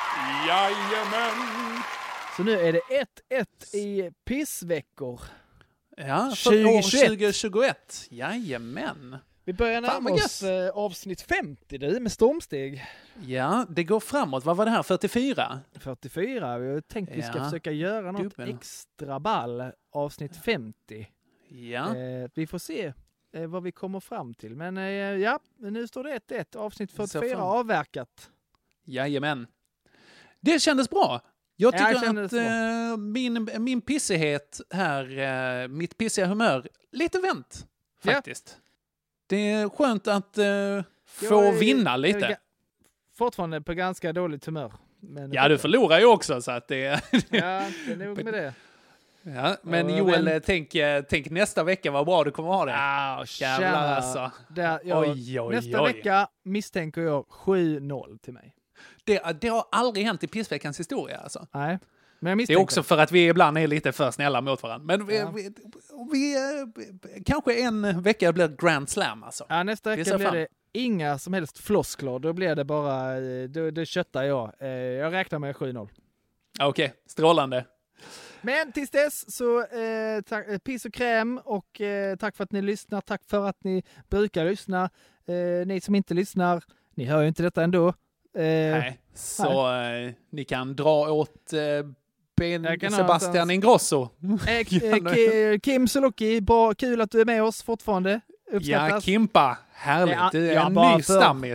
Jajamän. Så nu är det ett ett i pissveckor. Ja, för år tjugo tjugoett. Jajamän. Vi börjar närma oss eh, avsnitt femtio du, med stormsteg. Ja, det går framåt. Vad var det här? fyrtiofyra? fyrtiofyra. Vi har tänkt att vi ska ja. försöka göra något Dubbel. extra ball avsnitt femtio. Ja. Eh, vi får se eh, vad vi kommer fram till. Men eh, ja, nu står det ett ett. Avsnitt fyrtiofyra avverkat. Jajamän. Det kändes bra. Jag tycker ja, att eh, min, min pissighet här, eh, mitt pissiga humör, lite vänt faktiskt. Ja. Det är skönt att eh, få är, vinna lite. Jag är fortfarande på ganska dåligt humör. Men ja, du förlorar ju också så att det är... ja, det är nog med det. Ja, men Joel, men... tänk, tänk nästa vecka vad bra du kommer ha det. Ah, jävlar alltså. Där, jag, oj, oj, nästa oj. vecka misstänker jag sju noll till mig. Det, det har aldrig hänt i pissveckans historia alltså. Nej. Men det är också för att vi ibland är lite för snälla mot varandra. Men ja. vi, vi, vi, kanske en vecka blir Grand Slam alltså. Ja, nästa vecka blir fram. det inga som helst floskler. Då blir det bara, då, då köttar jag. Jag räknar med sju noll. Okej, okay, strålande. Men tills dess så eh, tack, piss och kräm och eh, tack för att ni lyssnar. Tack för att ni brukar lyssna. Eh, ni som inte lyssnar, ni hör ju inte detta ändå. Eh, nej, så eh, ni kan dra åt eh, Ben Sebastian Ingrosso. Eh, Kim Sulocki, bra, kul att du är med oss fortfarande. Uppskattas. Ja, Kimpa, härligt. Ja, du är ja, en ny för, stammis.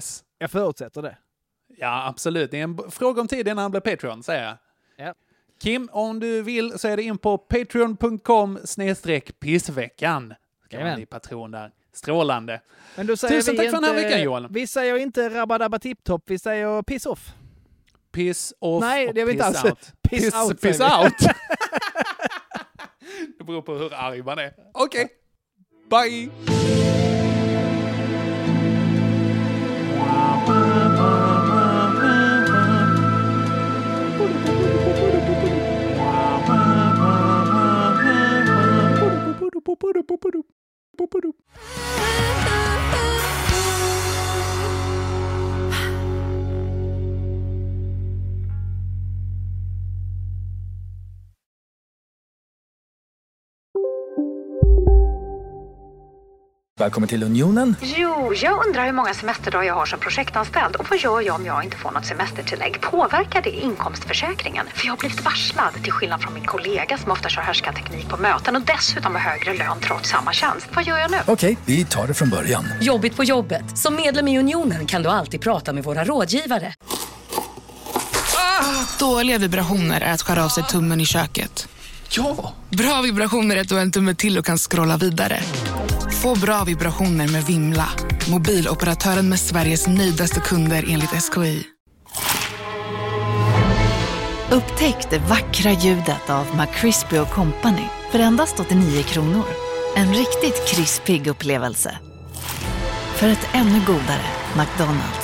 Jag förutsätter det. Ja, absolut. Det är en b- fråga om tid innan han blir Patreon, säger jag. Ja. Kim, om du vill så är det in på patreon punkt com snedstreck pissveckan. Ska man bli patron där. Strålande. Men då säger Tusen vi tack för den här inte, veckan, Johan. Vi säger inte rabba-dabba tipp-topp, vi säger piss off. Piss off. Nej, det är inte alls. Out. Piss, piss out. Piss out. Det beror på hur arg man är. Okej. Okay. Bye. Välkommen till Unionen. Jo, jag undrar hur många semesterdagar jag har som projektanställd och vad gör jag om jag inte får något semestertillägg? Påverkar det inkomstförsäkringen? För jag har blivit varslad, till skillnad från min kollega som ofta kör härskarteknik på möten och dessutom har högre lön trots samma tjänst. Vad gör jag nu? Okej, vi tar det från början. Jobbigt på jobbet. Som medlem i Unionen kan du alltid prata med våra rådgivare. Ah, dåliga vibrationer är att skära av sig tummen i köket. Ja! Bra vibrationer är att du har en tumme till och kan scrolla vidare. Få bra vibrationer med Vimla. Mobiloperatören med Sveriges nöjdaste kunder enligt S K I. Upptäck det vackra ljudet av McCrispy och Company för endast åttionio kronor. En riktigt krispig upplevelse. För ett ännu godare McDonald's.